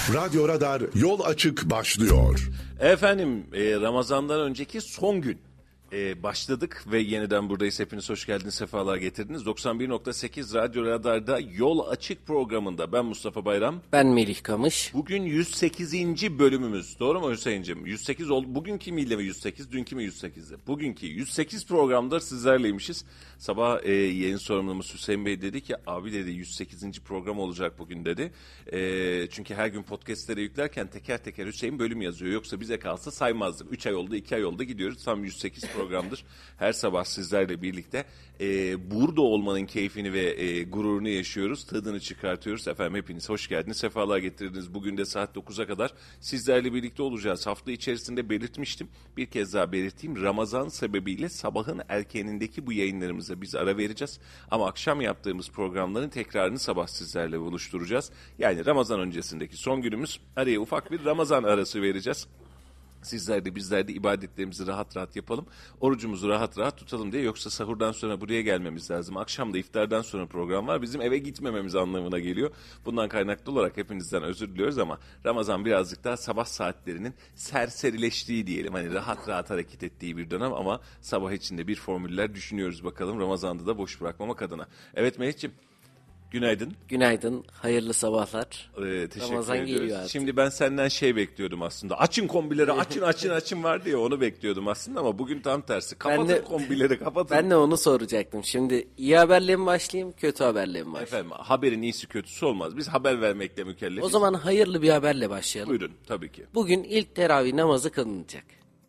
Radyo Radar Yol Açık başlıyor. Efendim Ramazan'dan önceki son gün başladık ve yeniden buradayız. Hepiniz hoş geldiniz, sefalar getirdiniz. 91.8 Radyo Radar'da Yol Açık programında ben Mustafa Bayram. Ben Melih Kamış. Bugün 108. bölümümüz. Doğru mu Hüseyin'cim? 108 oldu. Bugünkü miyle mi 108, dünkü mü 108'di? Bugünkü 108 programda sizlerleymişiz. Sabah yayın sorumlumuz Hüseyin Bey dedi ki abi dedi 108. program olacak bugün dedi. Çünkü her gün podcastlere yüklerken teker teker Hüseyin bölüm yazıyor. Yoksa bize kalsa saymazdık. 3 ay oldu, 2 ay oldu gidiyoruz. Tam 108 programdır. Her sabah sizlerle birlikte burada olmanın keyfini ve gururunu yaşıyoruz. Tadını çıkartıyoruz. Efendim hepiniz hoş geldiniz. Sefalar getirdiniz. Bugün de saat 9'a kadar sizlerle birlikte olacağız. Hafta içerisinde belirtmiştim. Bir kez daha belirteyim. Ramazan sebebiyle sabahın erkenindeki bu yayınlarımıza biz ara vereceğiz. Ama akşam yaptığımız programların tekrarını sabah sizlerle buluşturacağız. Yani Ramazan öncesindeki son günümüz, araya ufak bir Ramazan arası vereceğiz. Sizler de bizler de ibadetlerimizi rahat rahat yapalım. Orucumuzu rahat rahat tutalım diye. Yoksa sahurdan sonra buraya gelmemiz lazım. Akşam da iftardan sonra program var. Bizim eve gitmememiz anlamına geliyor. Bundan kaynaklı olarak hepinizden özür diliyoruz ama Ramazan birazcık daha sabah saatlerinin serserileştiği diyelim. Hani rahat rahat hareket ettiği bir dönem ama sabah içinde bir formüller düşünüyoruz bakalım. Ramazan'da da boş bırakmamak adına. Evet Melih'ciğim. Günaydın. Günaydın, hayırlı sabahlar. Teşekkür Ramazan ediyoruz. geliyor artık. Şimdi ben senden bekliyordum aslında. Açın kombileri, açın vardı ya, onu bekliyordum aslında ama bugün tam tersi. Kapatın kombileri, kapatın. Ben de onu soracaktım. Şimdi iyi haberle mi başlayayım, kötü haberle mi başlayayım? Efendim haberin iyisi kötüsü olmaz. Biz haber vermekle mükellefiz. O zaman hayırlı bir haberle başlayalım. Buyurun tabii ki. Bugün ilk teravih namazı kılınacak.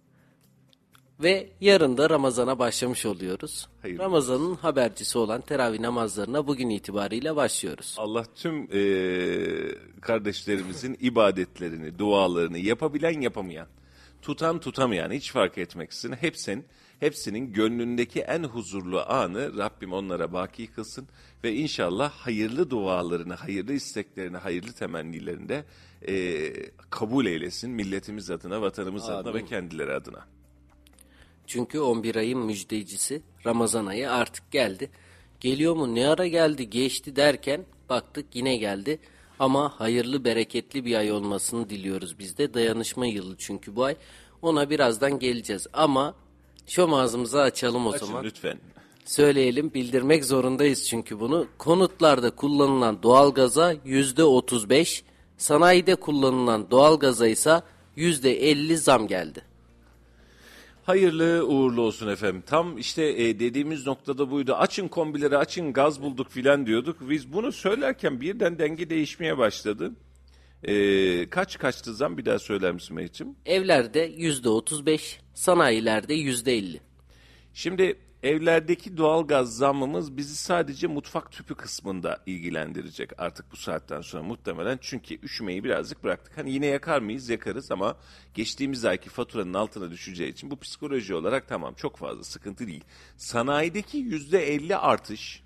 Ve yarın da Ramazan'a başlamış oluyoruz. Hayırlı Ramazan'ın habercisi olan teravih namazlarına bugün itibariyle başlıyoruz. Allah tüm kardeşlerimizin ibadetlerini, dualarını yapabilen yapamayan, tutan tutamayan hiç fark etmeksizin hepsinin gönlündeki en huzurlu anı Rabbim onlara baki kılsın ve inşallah hayırlı dualarını, hayırlı isteklerini, hayırlı temennilerini de kabul eylesin milletimiz adına, vatanımız adına ve kendileri adına. Çünkü 11 ayın müjdecisi Ramazan ayı artık geldi. Geliyor mu, ne ara geldi, geçti derken baktık yine geldi. Ama hayırlı, bereketli bir ay olmasını diliyoruz biz de. Dayanışma yılı çünkü bu ay. Ona birazdan geleceğiz ama şom ağzımızı açalım o zaman. Lütfen. Söyleyelim, bildirmek zorundayız çünkü bunu. Konutlarda kullanılan doğalgaza %35, sanayide kullanılan doğalgaza ise %50 zam geldi. Hayırlı uğurlu olsun efendim. Tam işte dediğimiz noktada buydu. Açın kombileri, açın gaz bulduk filan diyorduk. Biz bunu söylerken birden denge değişmeye başladı. Kaçtı zam, bir daha söyler misin Mehmetciğim? Evlerde %35, sanayilerde %50. Şimdi evlerdeki doğalgaz zammımız bizi sadece mutfak tüpü kısmında ilgilendirecek artık bu saatten sonra muhtemelen. Çünkü üşümeyi birazcık bıraktık. Hani yine yakar mıyız? Yakarız ama geçtiğimiz ayki faturanın altına düşeceği için bu psikoloji olarak tamam, çok fazla sıkıntı değil. Sanayideki %50 artış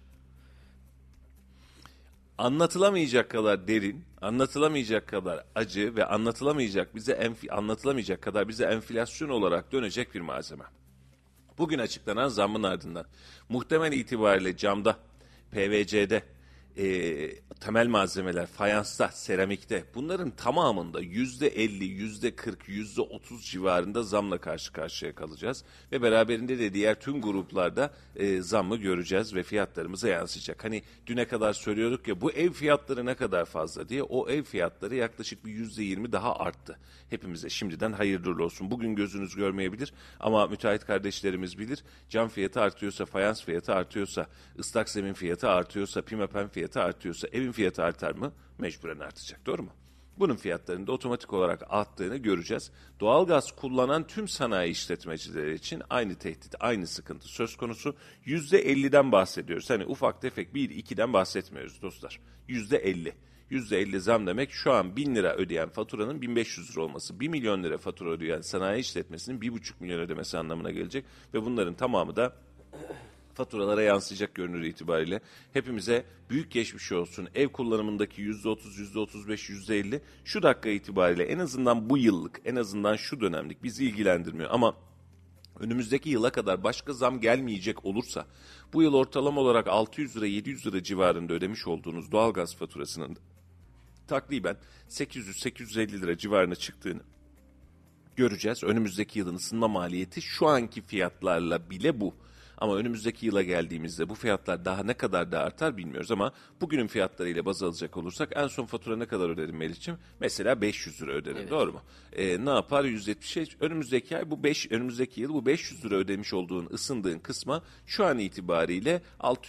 anlatılamayacak kadar derin, anlatılamayacak kadar acı ve anlatılamayacak kadar bize enflasyon olarak dönecek bir malzeme. Bugün açıklanan zammın ardından muhtemel itibariyle camda, PVC'de, temel malzemeler, fayansta, seramikte, bunların tamamında %50, %40, %30 civarında zamla karşı karşıya kalacağız. Ve beraberinde de diğer tüm gruplarda zammı göreceğiz ve fiyatlarımıza yansıyacak. Hani düne kadar söylüyorduk ya, bu ev fiyatları ne kadar fazla diye, o ev fiyatları yaklaşık bir %20 daha arttı. Hepimize şimdiden hayırlı olsun. Bugün gözünüz görmeyebilir ama müteahhit kardeşlerimiz bilir. Cam fiyatı artıyorsa, fayans fiyatı artıyorsa, ıslak zemin fiyatı artıyorsa, pimapen fiyatı artıyorsa evin fiyatı artar mı? Mecburen artacak, doğru mu? Bunun fiyatlarının da otomatik olarak arttığını göreceğiz. Doğalgaz kullanan tüm sanayi işletmecileri için aynı tehdit, aynı sıkıntı söz konusu. %50'den bahsediyoruz. Hani ufak tefek 1-2'den bahsetmiyoruz dostlar. %50. %50 zam demek şu an 1000 lira ödeyen faturanın 1500 lira olması. 1 milyon lira fatura ödeyen sanayi işletmesinin 1,5 milyon ödemesi anlamına gelecek. Ve bunların tamamı da faturalara yansıyacak görünür itibariyle. Hepimize büyük geçmiş olsun. Ev kullanımındaki %30, %35, %50 şu dakika itibariyle en azından bu yıllık, en azından şu dönemlik bizi ilgilendirmiyor. Ama önümüzdeki yıla kadar başka zam gelmeyecek olursa bu yıl ortalama olarak 600 lira 700 lira civarında ödemiş olduğunuz doğalgaz faturasının takriben 800-850 lira civarına çıktığını göreceğiz. Önümüzdeki yılın ısınma maliyeti şu anki fiyatlarla bile bu. Ama önümüzdeki yıla geldiğimizde bu fiyatlar daha ne kadar da artar bilmiyoruz ama bugünün fiyatlarıyla baz alacak olursak en son fatura ne kadar ödedim Melih'ciğim? Mesela 500 lira ödedim, Evet. doğru mu? Ne yapar? 170. Önümüzdeki ay önümüzdeki yıl bu 500 lira ödemiş olduğun, ısındığın kısma şu an itibariyle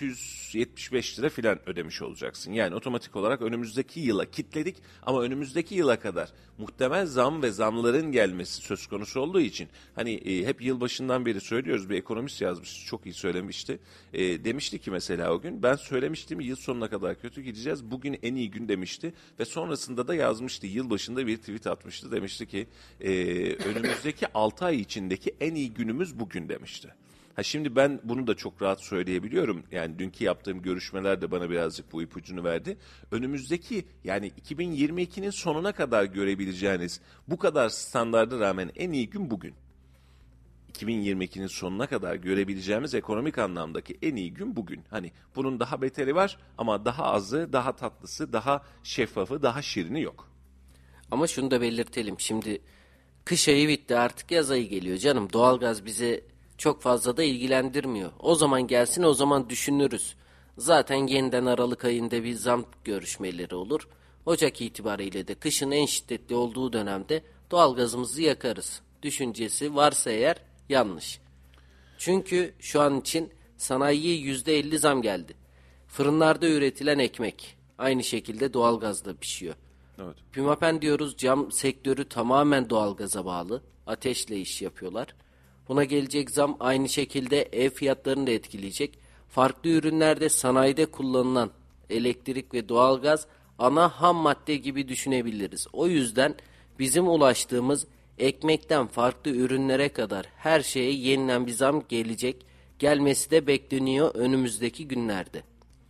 675 lira falan ödemiş olacaksın. Yani otomatik olarak önümüzdeki yıla kitledik ama önümüzdeki yıla kadar muhtemel zam ve zamların gelmesi söz konusu olduğu için hani hep yılbaşından beri söylüyoruz, bir ekonomist yazmış, çok iyi söylemişti. Demişti ki mesela o gün, ben söylemiştim yıl sonuna kadar kötü gideceğiz, bugün en iyi gün demişti ve sonrasında da yazmıştı, yılbaşında bir tweet atmıştı, demişti ki önümüzdeki 6 ay içindeki en iyi günümüz bugün demişti. Ha şimdi ben bunu da çok rahat söyleyebiliyorum. Yani dünkü yaptığım görüşmeler de bana birazcık bu ipucunu verdi. Önümüzdeki yani 2022'nin sonuna kadar görebileceğiniz bu kadar standarda rağmen en iyi gün bugün. 2022'nin sonuna kadar görebileceğimiz ekonomik anlamdaki en iyi gün bugün. Hani bunun daha beteri var ama daha azı, daha tatlısı, daha şeffafı, daha şirini yok. Ama şunu da belirtelim. Şimdi kış ayı bitti, artık yaz ayı geliyor canım. Doğalgaz bizi çok fazla da ilgilendirmiyor. O zaman gelsin, o zaman düşünürüz. Zaten yeniden Aralık ayında bir zam görüşmeleri olur. Ocak itibariyle de kışın en şiddetli olduğu dönemde doğalgazımızı yakarız düşüncesi varsa eğer yanlış. Çünkü şu an için sanayiye %50 zam geldi. Fırınlarda üretilen ekmek aynı şekilde doğalgazla pişiyor. Evet. Pimapen diyoruz, cam sektörü tamamen doğalgaza bağlı. Ateşle iş yapıyorlar. Buna gelecek zam aynı şekilde ev fiyatlarını da etkileyecek. Farklı ürünlerde sanayide kullanılan elektrik ve doğalgaz ana ham madde gibi düşünebiliriz. O yüzden bizim ulaştığımız ekmekten farklı ürünlere kadar her şeye yeniden bir zam gelecek. Gelmesi de bekleniyor önümüzdeki günlerde.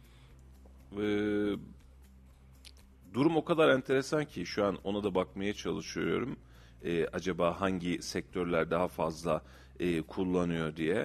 Ee, Durum o kadar enteresan ki şu an ona da bakmaya çalışıyorum. Acaba hangi sektörler daha fazla kullanıyor diye.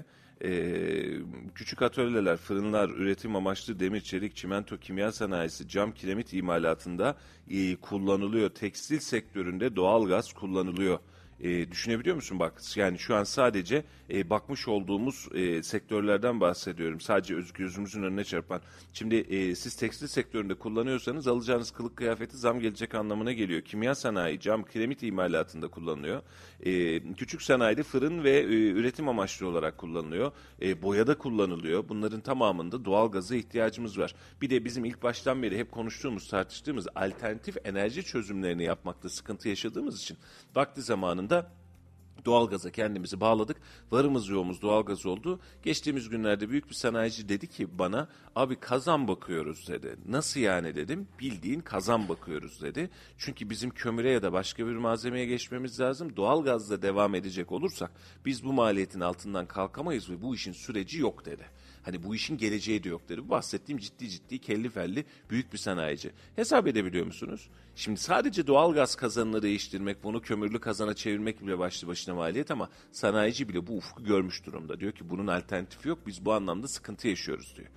Küçük atölyeler, fırınlar, üretim amaçlı demir, çelik, çimento, kimya sanayisi, cam, kiremit imalatında kullanılıyor. Tekstil sektöründe doğalgaz kullanılıyor. Düşünebiliyor musun bak, yani şu an sadece bakmış olduğumuz sektörlerden bahsediyorum. Sadece gözümüzün önüne çarpan. Şimdi siz tekstil sektöründe kullanıyorsanız alacağınız kılık kıyafeti zam gelecek anlamına geliyor. Kimya sanayi, cam, kiremit imalatında kullanılıyor. Küçük sanayide fırın ve üretim amaçlı olarak kullanılıyor. Boyada kullanılıyor. Bunların tamamında doğalgaza ihtiyacımız var. Bir de bizim ilk baştan beri hep konuştuğumuz, tartıştığımız alternatif enerji çözümlerini yapmakta sıkıntı yaşadığımız için vakti zamanında doğalgaza kendimizi bağladık. Varımız yoğumuz doğalgaz oldu. Geçtiğimiz günlerde büyük bir sanayici dedi ki bana, abi kazan bakıyoruz dedi. Nasıl yani dedim. Bildiğin kazan bakıyoruz dedi. Çünkü bizim kömüre ya da başka bir malzemeye geçmemiz lazım. Doğalgazla devam edecek olursak biz bu maliyetin altından kalkamayız ve bu işin süreci yok dedi. Hani bu işin geleceği de yok dedi. Bu bahsettiğim ciddi kelli felli büyük bir sanayici. Hesap edebiliyor musunuz? Şimdi sadece doğalgaz kazanını değiştirmek, bunu kömürlü kazana çevirmek bile başlı başına maliyet ama sanayici bile bu ufku görmüş durumda. Diyor ki bunun alternatifi yok, biz bu anlamda sıkıntı yaşıyoruz diyor.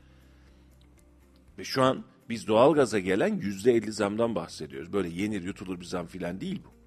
Ve şu an biz doğalgaza gelen %50 zamdan bahsediyoruz. Böyle yenir yutulur bir zam filan değil bu.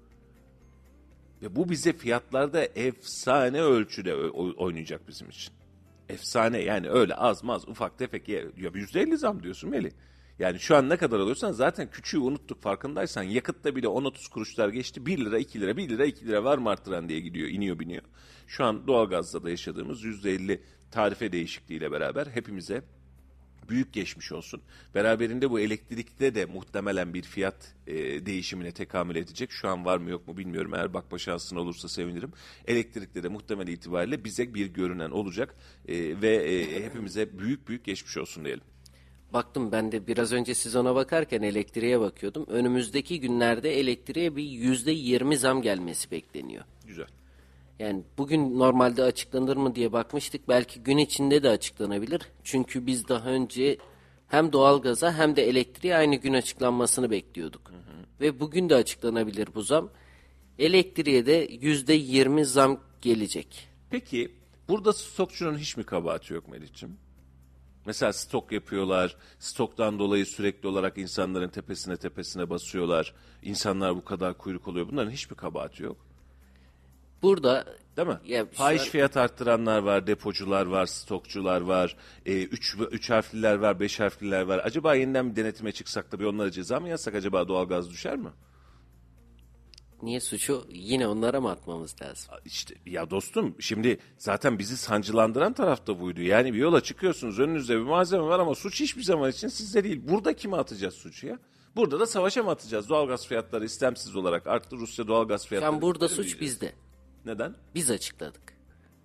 Ve bu bize fiyatlarda efsane ölçüde oynayacak bizim için. Efsane yani, öyle az maz ufak tefek ya %50 zam diyorsun Melih. Yani şu an ne kadar alıyorsan zaten küçüğü unuttuk, farkındaysan yakıtta bile 10-30 kuruşlar geçti, 1 lira 2 lira 1 lira 2 lira var mı arttıran diye gidiyor, iniyor biniyor. Şu an doğalgazda da yaşadığımız %50 tarife değişikliğiyle beraber hepimize büyük geçmiş olsun. Beraberinde bu elektrikte de muhtemelen bir fiyat değişimine tekamül edecek. Şu an var mı yok mu bilmiyorum. Eğer bakma şansın olursa sevinirim. Elektrikte de muhtemel itibariyle bize bir görünen olacak ve hepimize büyük geçmiş olsun diyelim. Baktım ben de biraz önce siz ona bakarken elektriğe bakıyordum. Önümüzdeki günlerde elektriğe bir %20 zam gelmesi bekleniyor. Güzel. Yani bugün normalde açıklanır mı diye bakmıştık. Belki gün içinde de açıklanabilir. Çünkü biz daha önce hem doğalgaza hem de elektriğe aynı gün açıklanmasını bekliyorduk. Ve bugün de açıklanabilir bu zam. Elektriğe de %20 zam gelecek. Peki burada stokçunun hiç mi kabahati yok Melih'ciğim? Mesela stok yapıyorlar. Stoktan dolayı sürekli olarak insanların tepesine basıyorlar. İnsanlar bu kadar kuyruk oluyor. Bunların hiçbir kabahati yok. Burada Değil mi? ya Fahiş fiyat arttıranlar var, depocular var, stokçular var, üç harfliler var, 5 harfliler var. Acaba yeniden bir denetime çıksak da bir onlara ceza mı yazsak, acaba doğalgaz düşer mi? niye suçu yine onlara mı atmamız lazım? İşte ya dostum, şimdi zaten bizi sancılandıran taraf da buydu. Yani bir yola çıkıyorsunuz, önünüzde bir malzeme var ama suç hiçbir zaman için sizde değil. Burada kime atacağız suçu ya? Burada da savaşa mı atacağız? Doğalgaz fiyatları istemsiz olarak arttı. Rusya doğalgaz fiyatları. Şu an burada suç ödeyeceğiz. bizde. Neden? Biz açıkladık.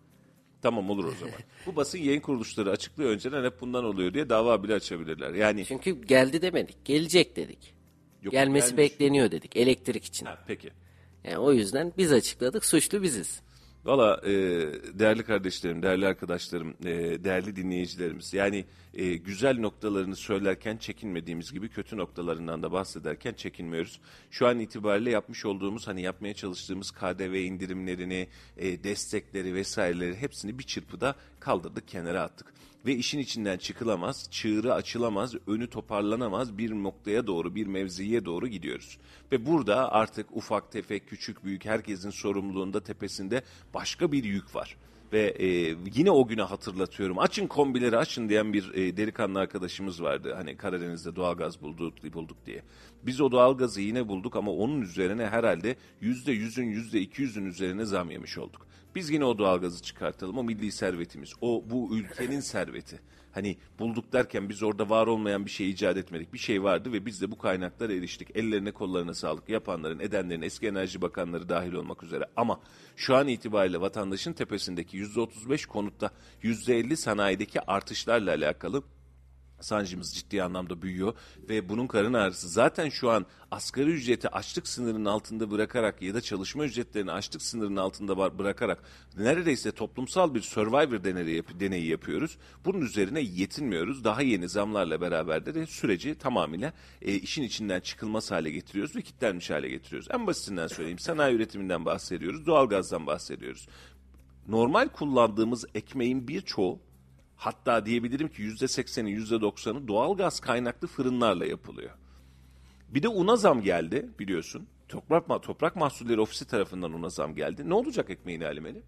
Tamam, olur o zaman. Bu basın yayın kuruluşları açıklıyor, önceden hep bundan oluyor diye dava bile açabilirler. Yani Çünkü geldi demedik, gelecek dedik. Yok, Gelmesi gelmiş. bekleniyor dedik elektrik için. ha, peki. Yani o yüzden biz açıkladık, suçlu biziz. Valla değerli kardeşlerim, değerli arkadaşlarım, değerli dinleyicilerimiz. Yani güzel noktalarını söylerken çekinmediğimiz gibi kötü noktalarından da bahsederken çekinmiyoruz. Şu an itibariyle yapmış olduğumuz, hani yapmaya çalıştığımız KDV indirimlerini, destekleri vesaireleri hepsini bir çırpıda kaldırdık, kenara attık. Ve işin içinden çıkılamaz, çığırı açılamaz, önü toparlanamaz bir noktaya doğru, bir mevziye doğru gidiyoruz. Ve burada artık ufak tefek, küçük büyük herkesin sorumluluğunda, tepesinde başka bir yük var. Ve yine o güne hatırlatıyorum. Açın kombileri açın diyen bir delikanlı arkadaşımız vardı. Hani Karadeniz'de doğalgaz bulduk diye. Biz o doğalgazı yine bulduk ama onun üzerine herhalde %100'ün %200'ün üzerine zam yemiş olduk. Biz yine o doğalgazı çıkartalım. O milli servetimiz. O bu ülkenin serveti. Hani bulduk derken biz orada var olmayan bir şey icat etmedik. Bir şey vardı ve biz de bu kaynaklara eriştik. Ellerine kollarına sağlık, yapanların, edenlerin, eski enerji bakanları dahil olmak üzere. Ama şu an itibariyle vatandaşın tepesindeki %35 konutta, %50 sanayideki artışlarla alakalı sancımız ciddi anlamda büyüyor ve bunun karın ağrısı zaten şu an asgari ücreti açlık sınırının altında bırakarak ya da çalışma ücretlerini açlık sınırının altında bırakarak neredeyse toplumsal bir Survivor deneyi yapıyoruz. Bunun üzerine yetinmiyoruz. Daha yeni zamlarla beraber de süreci tamamıyla işin içinden çıkılmaz hale getiriyoruz ve kilitlenmiş hale getiriyoruz. En basitinden söyleyeyim, sanayi üretiminden bahsediyoruz, doğalgazdan bahsediyoruz. Normal kullandığımız ekmeğin birçoğu, hatta diyebilirim ki %80'i %90'ı doğalgaz kaynaklı fırınlarla yapılıyor. Bir de una zam geldi biliyorsun. Toprak Mahsulleri Ofisi tarafından una zam geldi. Ne olacak ekmeğin halimeli?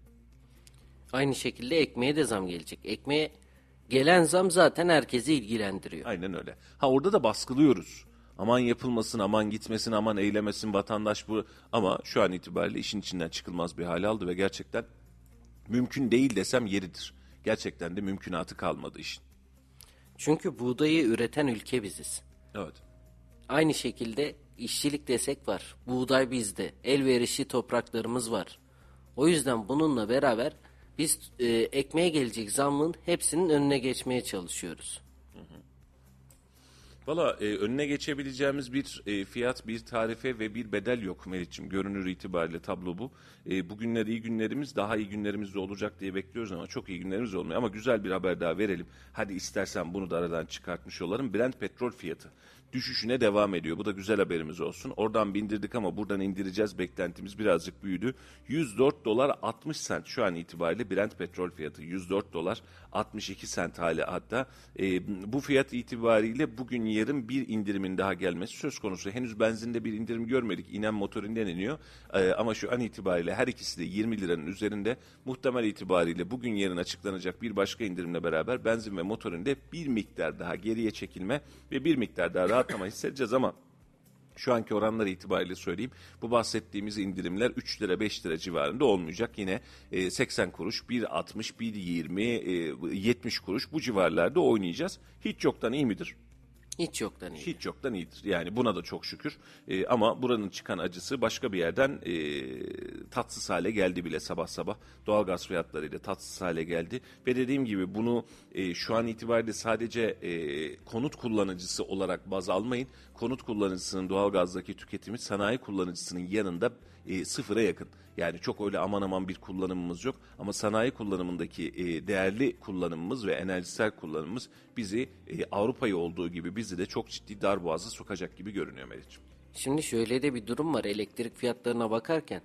Aynı şekilde ekmeğe de zam gelecek. Ekmeğe gelen zam zaten herkesi ilgilendiriyor. Aynen öyle. Ha, orada da baskılıyoruz. Aman yapılmasın, aman gitmesin, aman eylemesin vatandaş bu. Ama şu an itibariyle işin içinden çıkılmaz bir hale aldı ve gerçekten mümkün değil desem yeridir. Gerçekten de mümkünatı kalmadı işin. Çünkü buğdayı üreten ülke biziz. Evet. Aynı şekilde işçilik desek var. Buğday bizde. Elverişli topraklarımız var. O yüzden bununla beraber biz ekmeğe gelecek zammın hepsinin önüne geçmeye çalışıyoruz. Valla önüne geçebileceğimiz bir fiyat, bir tarife ve bir bedel yok Meriç'ciğim. Görünür itibariyle tablo bu. Bugünler iyi günlerimiz, daha iyi günlerimiz de olacak diye bekliyoruz ama çok iyi günlerimiz olmuyor. Ama güzel bir haber daha verelim. Hadi istersen bunu da aradan çıkartmış olalım. Brent petrol fiyatı düşüşüne devam ediyor. Bu da güzel haberimiz olsun. Oradan bindirdik ama buradan indireceğiz. Beklentimiz birazcık büyüdü. 104 dolar 60 sent şu an itibariyle Brent petrol fiyatı. 104 dolar 62 sent hali hatta. Bu fiyat itibariyle bugün yarın bir indirimin daha gelmesi söz konusu. Henüz benzinde bir indirim görmedik. İnen motorinden iniyor. Ama şu an itibariyle her ikisi de 20 liranın üzerinde. Muhtemel itibariyle bugün yarın açıklanacak bir başka indirimle beraber benzin ve motorinde bir miktar daha geriye çekilme ve bir miktar daha rahatlama hissedeceğiz ama şu anki oranlar itibariyle söyleyeyim. Bu bahsettiğimiz indirimler 3 lira 5 lira civarında olmayacak. Yine 80 kuruş, 1.60, 1.20, 70 kuruş bu civarlarda oynayacağız. Hiç yoktan iyi midir? Hiç yoktan iyi. Hiç yoktan iyidir. Yani buna da çok şükür. Ama buranın çıkan acısı başka bir yerden tatsız hale geldi bile sabah sabah. Doğalgaz fiyatlarıyla tatsız hale geldi. Ve dediğim gibi bunu şu an itibariyle sadece konut kullanıcısı olarak baz almayın. Konut kullanıcısının doğalgazdaki tüketimi sanayi kullanıcısının yanında sıfıra yakın. Yani çok öyle aman aman bir kullanımımız yok. Ama sanayi kullanımındaki değerli kullanımımız ve enerjisel kullanımımız bizi Avrupa'yı olduğu gibi bizi de çok ciddi darboğaza sokacak gibi görünüyor Meriç'ciğim. Şimdi şöyle de bir durum var elektrik fiyatlarına bakarken.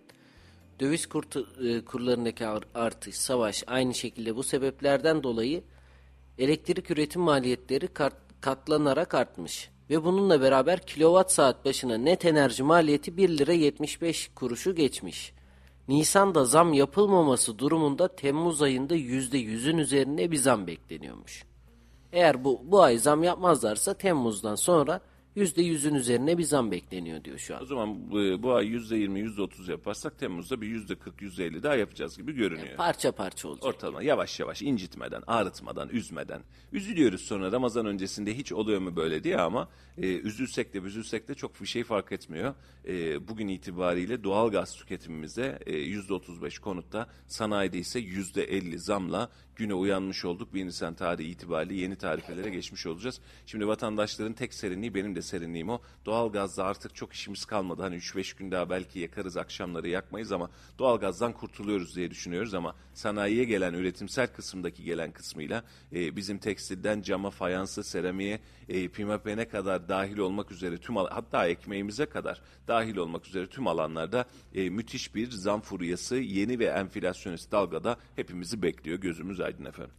Döviz kurlarındaki artış, savaş aynı şekilde bu sebeplerden dolayı elektrik üretim maliyetleri katlanarak artmış. Ve bununla beraber kilowatt saat başına net enerji maliyeti 1 lira 75 kuruşu geçmiş. Nisan'da zam yapılmaması durumunda Temmuz ayında %100'ün üzerine bir zam bekleniyormuş. Eğer bu ay zam yapmazlarsa Temmuz'dan sonra %100'ün üzerine bir zam bekleniyor diyor şu O an. zaman bu ay %20, %30 yaparsak Temmuz'da bir %40, %50 daha yapacağız gibi görünüyor. Parça parça olacak. Ortalama yavaş yavaş, incitmeden, ağrıtmadan, üzmeden. Üzülüyoruz sonra Ramazan öncesinde hiç oluyor mu böyle diye, ama üzülsek de büzülsek de çok bir şey fark etmiyor. Bugün itibariyle doğal gaz tüketimimizde %35 konutta, sanayide ise %50 zamla güne uyanmış olduk. 1 Nisan tarihi itibariyle yeni tarifelere geçmiş olacağız. Şimdi vatandaşların tek serinliği, benim de serinliğim o. Doğalgazda artık çok işimiz kalmadı. Hani 3-5 gün daha belki yakarız, akşamları yakmayız, ama doğalgazdan kurtuluyoruz diye düşünüyoruz. Ama sanayiye gelen, üretimsel kısımdaki gelen kısmıyla bizim tekstilden cama, fayansa, seramiğe, pimapene kadar dahil olmak üzere tüm, hatta ekmeğimize kadar dahil olmak üzere tüm alanlarda müthiş bir zam furyası, yeni ve enflasyonist dalgada hepimizi bekliyor. Gözümüz aydın efendim.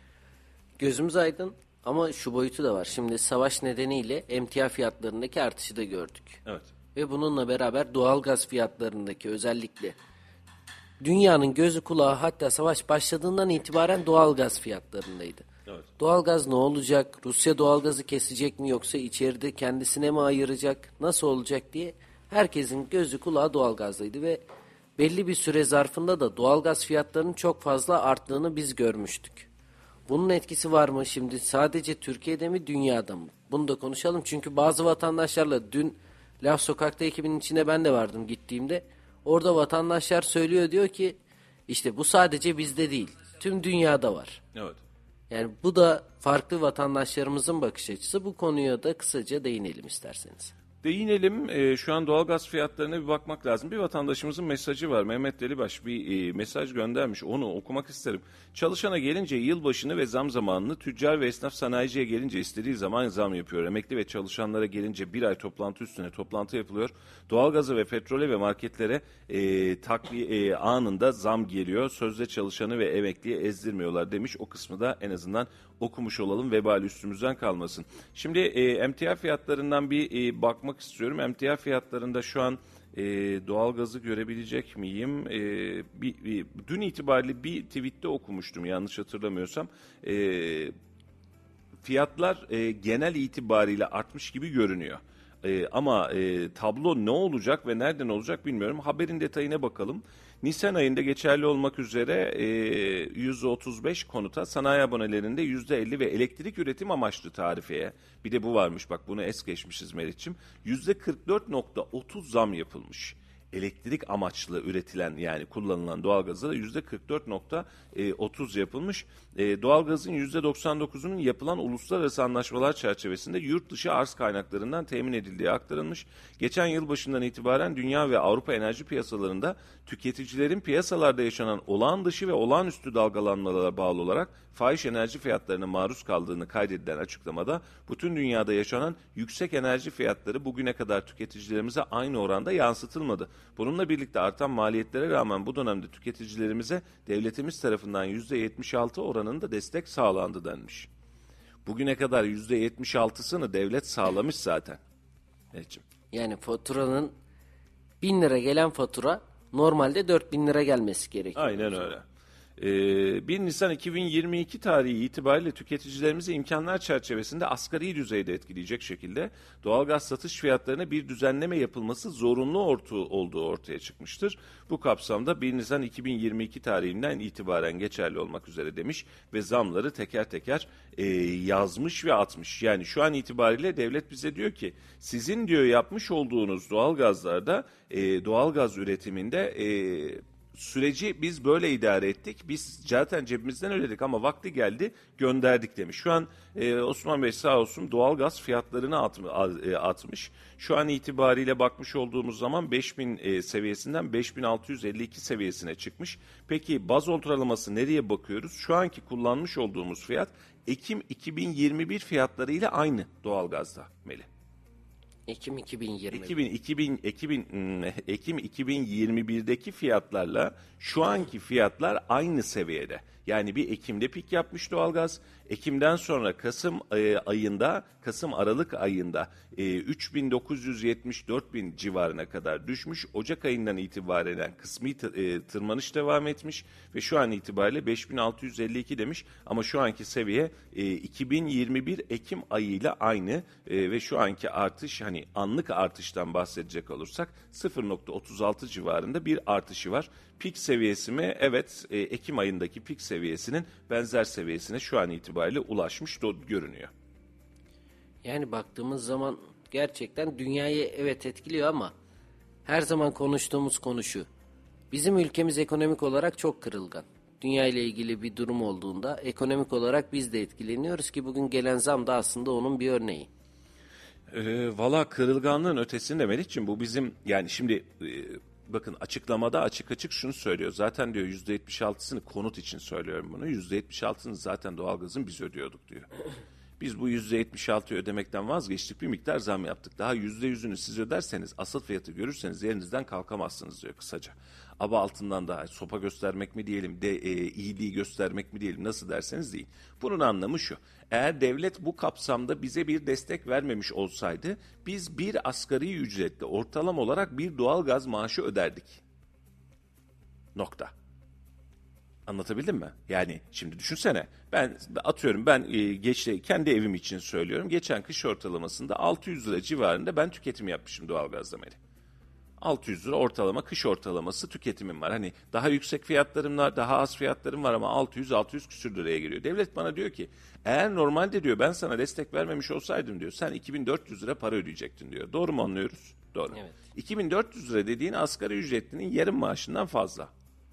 Gözümüz aydın ama şu boyutu da var. Şimdi savaş nedeniyle emtia fiyatlarındaki artışı da gördük. Evet. Ve bununla beraber doğalgaz fiyatlarındaki, özellikle dünyanın gözü kulağı hatta savaş başladığından itibaren doğalgaz fiyatlarındaydı. Evet. Doğalgaz ne olacak? Rusya doğalgazı kesecek mi, yoksa içeride kendisine mi ayıracak? Nasıl olacak diye herkesin gözü kulağı doğalgazdaydı ve belli bir süre zarfında da doğalgaz fiyatlarının çok fazla arttığını biz görmüştük. Bunun etkisi var mı şimdi? Sadece Türkiye'de mi, dünyada mı? Bunu da konuşalım. Çünkü bazı vatandaşlarla dün Laf Sokak'ta ekibinin içinde ben de vardım gittiğimde. Orada vatandaşlar söylüyor, diyor ki işte bu sadece bizde değil, tüm dünyada var. Evet. Yani bu da farklı vatandaşlarımızın bakış açısı. Bu konuya da kısaca değinelim isterseniz. Değinelim. Şu an doğalgaz fiyatlarına bir bakmak lazım. Bir vatandaşımızın mesajı var. Mehmet Delibaş bir mesaj göndermiş. Onu okumak isterim. Çalışana gelince yılbaşını ve zam zamanını, tüccar ve esnaf sanayiciye gelince istediği zaman zam yapıyor. Emekli ve çalışanlara gelince bir ay toplantı üstüne toplantı yapılıyor. Doğalgaza ve petrole ve marketlere takviye anında zam geliyor. Sözde çalışanı ve emekliye ezdirmiyorlar demiş. O kısmı da en azından okumuş olalım, vebali üstümüzden kalmasın. Şimdi emtia fiyatlarından bir bakmak istiyorum. Emtia fiyatlarında şu an doğalgazı görebilecek miyim? Dün itibariyle bir tweette okumuştum yanlış hatırlamıyorsam. Fiyatlar genel itibariyle artmış gibi görünüyor. Ama tablo ne olacak ve nereden olacak bilmiyorum. Haberin detayına bakalım. Nisan ayında geçerli olmak üzere %35 konuta, sanayi abonelerinde %50 ve elektrik üretim amaçlı tarifeye, bir de bu varmış bak, bunu es geçmişiz Meriç'im, %44.30 zam yapılmış. Elektrik amaçlı üretilen, yani kullanılan doğalgaza da %44.30 yapılmış. Doğalgazın %99'unun yapılan uluslararası anlaşmalar çerçevesinde yurt dışı arz kaynaklarından temin edildiği aktarılmış. Geçen yıl başından itibaren dünya ve Avrupa enerji piyasalarında tüketicilerin piyasalarda yaşanan olağan dışı ve olağanüstü dalgalanmalara bağlı olarak fahiş enerji fiyatlarına maruz kaldığını kaydedilen açıklamada, bütün dünyada yaşanan yüksek enerji fiyatları bugüne kadar tüketicilerimize aynı oranda yansıtılmadı. Bununla birlikte artan maliyetlere rağmen bu dönemde tüketicilerimize devletimiz tarafından %76 oranında destek sağlandı denmiş. Bugüne kadar %76'sını devlet sağlamış zaten. Necim. Yani faturanın 1000 lira gelen fatura normalde 4000 lira gelmesi gerekiyor. Aynen öyle. 1 Nisan 2022 tarihi itibariyle tüketicilerimizi imkanlar çerçevesinde asgari düzeyde etkileyecek şekilde doğalgaz satış fiyatlarına bir düzenleme yapılması zorunlu olduğu ortaya çıkmıştır. Bu kapsamda 1 Nisan 2022 tarihinden itibaren geçerli olmak üzere demiş ve zamları teker teker yazmış ve atmış. Yani şu an itibariyle devlet bize diyor ki, sizin diyor yapmış olduğunuz doğalgazlarda, doğalgaz üretiminde süreci biz böyle idare ettik. Biz zaten cebimizden ödedik ama vakti geldi gönderdik demiş. Şu an Osman Bey sağ olsun doğalgaz fiyatlarını atmış. Şu an itibariyle bakmış olduğumuz zaman 5000 seviyesinden 5652 seviyesine çıkmış. Peki baz ortalaması nereye bakıyoruz? Şu anki kullanmış olduğumuz fiyat Ekim 2021 fiyatlarıyla aynı doğalgazda Melih. Ekim 2020. Ekim 2021'deki fiyatlarla şu anki fiyatlar aynı seviyede. Yani bir Ekim'de pik yapmış doğalgaz. Ekim'den sonra Kasım Aralık ayında 3.970-4.000 civarına kadar düşmüş. Ocak ayından itibaren kısmi tırmanış devam etmiş ve şu an itibariyle 5.652 demiş. Ama şu anki seviye 2021 Ekim ayıyla aynı ve şu anki artış, hani anlık artıştan bahsedecek olursak 0.36 civarında bir artışı var. Pik seviyesi mi? Evet, Ekim ayındaki pik seviyesinin benzer seviyesine şu an itibariyle ulaşmış görünüyor. Yani baktığımız zaman gerçekten dünyayı evet etkiliyor ama her zaman konuştuğumuz konu şu. Bizim ülkemiz ekonomik olarak çok kırılgan. Dünya ile ilgili bir durum olduğunda ekonomik olarak biz de etkileniyoruz ki bugün gelen zam da aslında onun bir örneği. Valla kırılganlığın ötesinde Melih'ciğim, bu bizim yani şimdi bakın açıklamada açık açık şunu söylüyor. Zaten diyor %76'sını konut için söylüyorum bunu. %76'sını zaten doğalgazın biz ödüyorduk diyor. Biz bu %76'yı ödemekten vazgeçtik, bir miktar zam yaptık. Daha %100'ünü siz öderseniz, asıl fiyatı görürseniz yerinizden kalkamazsınız diyor kısaca. Aba altından daha sopa göstermek mi diyelim, iyiliği göstermek mi diyelim, nasıl derseniz deyin. Bunun anlamı şu: eğer devlet bu kapsamda bize bir destek vermemiş olsaydı, biz bir asgari ücretle ortalama olarak bir doğalgaz maaşı öderdik. Nokta. Anlatabildim mi? Yani şimdi düşünsene, ben atıyorum, kendi evim için söylüyorum. Geçen kış ortalamasında 600 lira civarında ben tüketim yapmışım doğalgazla Melih. 600 lira ortalama kış ortalaması tüketimim var. Hani daha yüksek fiyatlarım var, daha az fiyatlarım var ama 600 küsür liraya geliyor. Devlet bana diyor ki, eğer normalde diyor ben sana destek vermemiş olsaydım diyor, sen 2400 lira para ödeyecektin diyor. Doğru mu anlıyoruz? Doğru. Evet. 2400 lira dediğin asgari ücretlinin yarım maaşından fazla.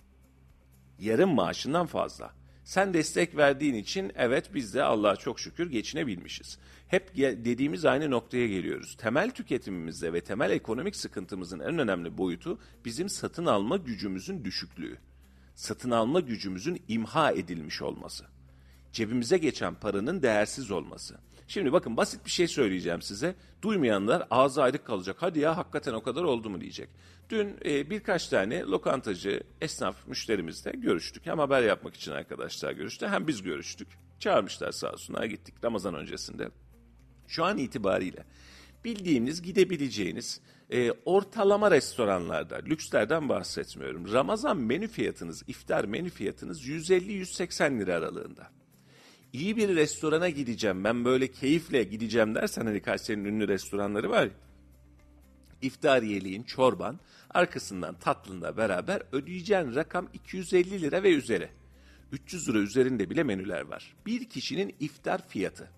Yarım maaşından fazla. Sen destek verdiğin için evet, biz de Allah'a çok şükür geçinebilmişiz. Hep dediğimiz aynı noktaya geliyoruz. Temel tüketimimizde ve temel ekonomik sıkıntımızın en önemli boyutu bizim satın alma gücümüzün düşüklüğü. Satın alma gücümüzün imha edilmiş olması. Cebimize geçen paranın değersiz olması. Şimdi bakın, basit bir şey söyleyeceğim size. Duymayanlar ağzı ayrık kalacak. Hadi ya, hakikaten o kadar oldu mu diyecek. Dün birkaç tane lokantacı, esnaf müşterimizle görüştük. Hem haber yapmak için arkadaşlar görüştü, hem biz görüştük. Çağırmışlar sağ olsunlar, gittik Ramazan öncesinde. Şu an itibariyle bildiğiniz, gidebileceğiniz ortalama restoranlarda, lükslerden bahsetmiyorum, Ramazan menü fiyatınız, iftar menü fiyatınız 150-180 lira aralığında. İyi bir restorana gideceğim, ben böyle keyifle gideceğim dersen, hani Kayseri'nin ünlü restoranları var ya, İftariyeliğin, çorban, arkasından tatlınla beraber ödeyeceğin rakam 250 lira ve üzeri. 300 lira üzerinde bile menüler var. Bir kişinin iftar fiyatı.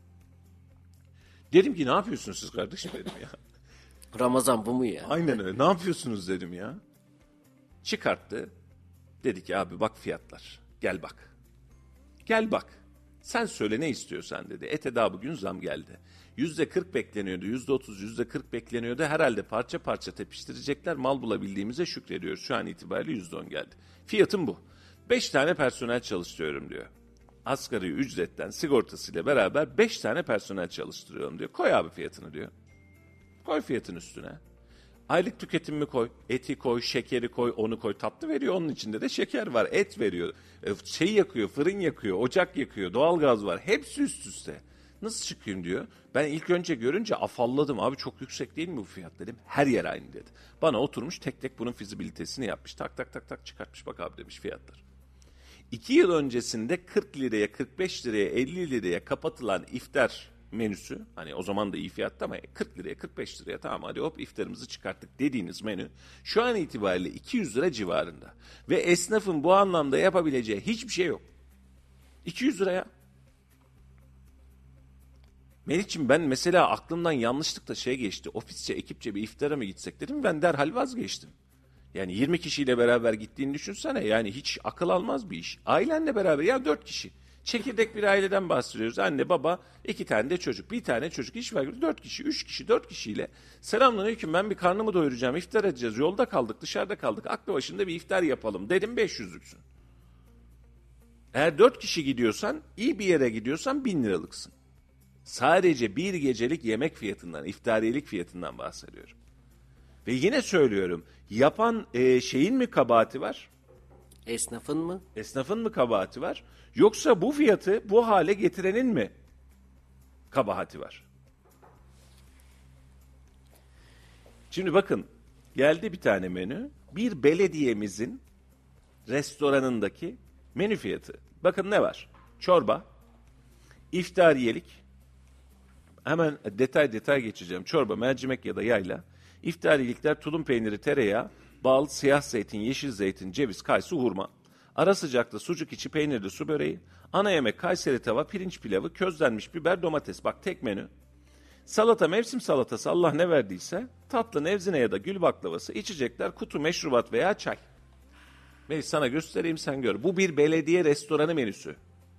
Dedim ki, ne yapıyorsunuz siz kardeşim dedim ya. Ramazan bu mu ya? Aynen öyle, ne yapıyorsunuz dedim ya. Çıkarttı. Dedi ki, abi bak fiyatlar, gel bak. Gel bak. Sen söyle ne istiyorsan dedi. Ete daha bugün zam geldi. %40 bekleniyordu, %30, %40 bekleniyordu. Herhalde parça parça tepiştirecekler. Mal bulabildiğimize şükrediyoruz. Şu an itibariyle %10 geldi. Fiyatım bu. 5 tane personel çalıştırıyorum diyor. Asgari ücretten sigortasıyla beraber 5 tane personel çalıştırıyorum diyor. Koy abi fiyatını diyor. Koy fiyatın üstüne. Aylık tüketimimi koy, eti koy, şekeri koy, onu koy. Tatlı veriyor, onun içinde de şeker var, et veriyor. Yakıyor, fırın yakıyor, ocak yakıyor, doğalgaz var. Hepsi üst üste. Nasıl çıkayım diyor. Ben ilk önce görünce afalladım. Abi çok yüksek değil mi bu fiyat dedim. Her yer aynı dedi. Bana oturmuş tek tek bunun fizibilitesini yapmış. Tak tak tak tak çıkartmış, bak abi demiş fiyatlar. 2 yıl öncesinde 40 liraya, 45 liraya, 50 liraya kapatılan iftar menüsü, hani o zaman da iyi fiyattı ama 40 liraya, 45 liraya, tamam hadi hop iftarımızı çıkarttık dediğiniz menü şu an itibariyle 200 lira civarında. Ve esnafın bu anlamda yapabileceği hiçbir şey yok. 200 liraya. Melih'ciğim, ben mesela aklımdan yanlışlıkla geçti. Ofisçe, ekipçe bir iftara mı gitsek dedim. Ben derhal vazgeçtim. Yani 20 kişiyle beraber gittiğini düşünsene. Yani hiç akıl almaz bir iş. Ailenle beraber, ya 4 kişi. Çekirdek bir aileden bahsediyoruz. Anne, baba, 2 tane de çocuk. Bir tane çocuk, iş var. 4 kişi, 3 kişi, 4 kişiyle. Selamünaleyküm, ben bir karnımı doyuracağım. İftar edeceğiz. Yolda kaldık, dışarıda kaldık. Aklı başında bir iftar yapalım dedim, 500'lüksün. Eğer 4 kişi gidiyorsan, iyi bir yere gidiyorsan 1000 liralıksın. Sadece bir gecelik yemek fiyatından, iftariyelik fiyatından bahsediyorum. Ve yine söylüyorum, yapan şeyin mi kabahati var? Esnafın mı? Esnafın mı kabahati var? Yoksa bu fiyatı bu hale getirenin mi kabahati var? Şimdi bakın, geldi bir tane menü. Bir belediyemizin restoranındaki menü fiyatı. Bakın ne var? Çorba, iftariyelik, hemen detay detay geçeceğim. Çorba, mercimek ya da yayla. İftariyelikler tulum peyniri, tereyağı, bal, siyah zeytin, yeşil zeytin, ceviz, kayısı, hurma. Ara sıcakta sucuk içi peynirli su böreği. Ana yemek Kayseri tava, pirinç pilavı, közlenmiş biber, domates. Bak tek menü. Salata, mevsim salatası, Allah ne verdiyse. Tatlı, nevzine ya da gül baklavası. İçecekler, kutu, meşrubat veya çay. Ve sana göstereyim, sen gör. Bu bir belediye restoranı menüsü.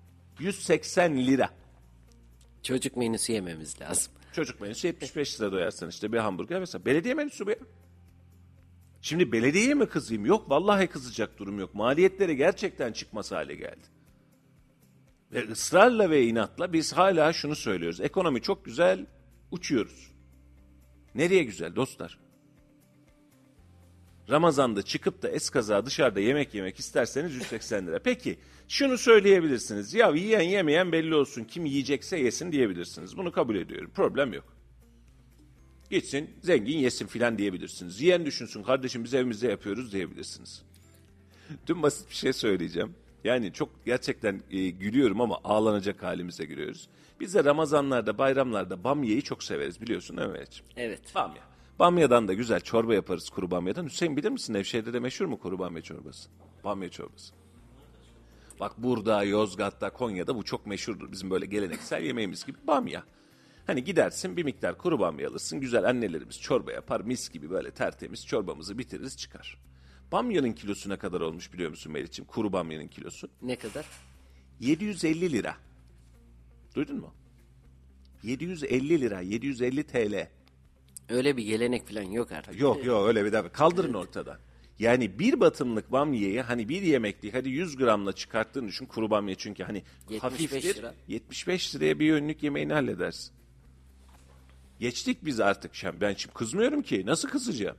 180 lira. Çocuk menüsü yememiz lazım. Çocuk menüsü 75 lira doyarsan işte bir hamburger mesela. Belediye menüsü bu ya. Şimdi belediyeye mi kızayım? Yok, vallahi kızacak durum yok. Maliyetleri gerçekten çıkmaz hale geldi. Ve ısrarla ve inatla biz hala şunu söylüyoruz. Ekonomi çok güzel, uçuyoruz. Nereye güzel dostlar? Ramazan'da çıkıp da eskaza dışarıda yemek yemek isterseniz 180 lira. Peki şunu söyleyebilirsiniz. Ya yiyen yemeyen belli olsun. Kim yiyecekse yesin diyebilirsiniz. Bunu kabul ediyorum. Problem yok. Gitsin zengin yesin filan diyebilirsiniz. Yiyen düşünsün, kardeşim biz evimizde yapıyoruz diyebilirsiniz. Dün basit bir şey söyleyeceğim. Yani çok gerçekten gülüyorum ama ağlanacak halimize gülüyoruz. Biz de Ramazanlarda, bayramlarda bamyayı çok severiz, biliyorsun değil mi Mehmetciğim? Evet. Bamya. Bamyadan da güzel çorba yaparız, kuru bamyadan. Hüseyin, bilir misin, Nevşehir'de de meşhur mu kuru bamya çorbası? Bamya çorbası. Bak burada, Yozgat'ta, Konya'da bu çok meşhurdur. Bizim böyle geleneksel yemeğimiz gibi bamya. Hani gidersin bir miktar kuru bamya alırsın. Güzel annelerimiz çorba yapar. Mis gibi böyle tertemiz çorbamızı bitiririz çıkar. Bamyanın kilosu ne kadar olmuş biliyor musun Melih'ciğim? Kuru bamyanın kilosu. Ne kadar? 750 lira. Duydun mu? 750 lira, 750 TL. Öyle bir gelenek falan yok artık. Yok öyle bir daha. Kaldırın ortadan. Yani bir batımlık bamyayı hani bir yemeklik hadi 100 gramla çıkarttığını düşün, kuru bamya çünkü hani 75 hafiftir. lira. 75 liraya bir önlük yemeğini halledersin. Geçtik biz artık. Ben şimdi kızmıyorum ki. Nasıl kızacağım?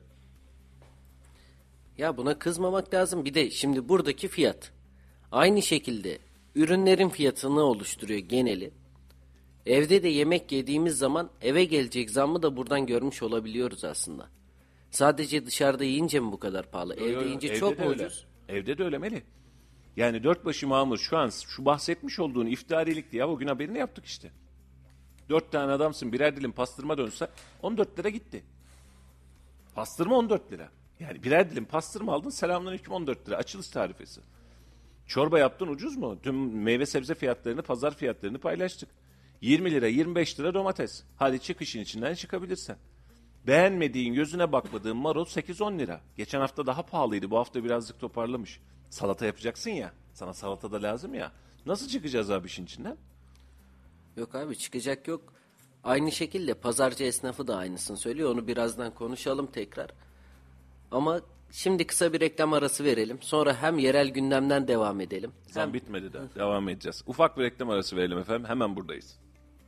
Ya buna kızmamak lazım. Bir de şimdi buradaki fiyat. Aynı şekilde ürünlerin fiyatını oluşturuyor geneli. Evde de yemek yediğimiz zaman eve gelecek zammı da buradan görmüş olabiliyoruz aslında. Sadece dışarıda yiyince mi bu kadar pahalı? Evde yiyince Evde çok de mu öyle. ucuz? Evde de öyle Melih. Yani dört başı mamur şu an şu bahsetmiş olduğun iftarilikti ya. O gün haberini yaptık işte. 4 tane adamsın, birer dilim pastırma dönse 14 lira gitti. Pastırma 14 lira. Yani birer dilim pastırma aldın, selamünaleyküm 14 lira. Açılış tarifesi. Çorba yaptın, ucuz mu? Tüm meyve sebze fiyatlarını, pazar fiyatlarını paylaştık. 20 lira, 25 lira domates. Hadi çık işin içinden çıkabilirsen. Beğenmediğin, gözüne bakmadığın marul 8-10 lira. Geçen hafta daha pahalıydı. Bu hafta birazcık toparlamış. Salata yapacaksın ya. Sana salata da lazım ya. Nasıl çıkacağız abi işin içinden? Yok abi, çıkacak yok. Aynı şekilde pazarcı esnafı da aynısını söylüyor. Onu birazdan konuşalım tekrar. Ama şimdi kısa bir reklam arası verelim. Sonra hem yerel gündemden devam edelim. Zam bitmedi daha. Devam edeceğiz. Ufak bir reklam arası verelim efendim. Hemen buradayız.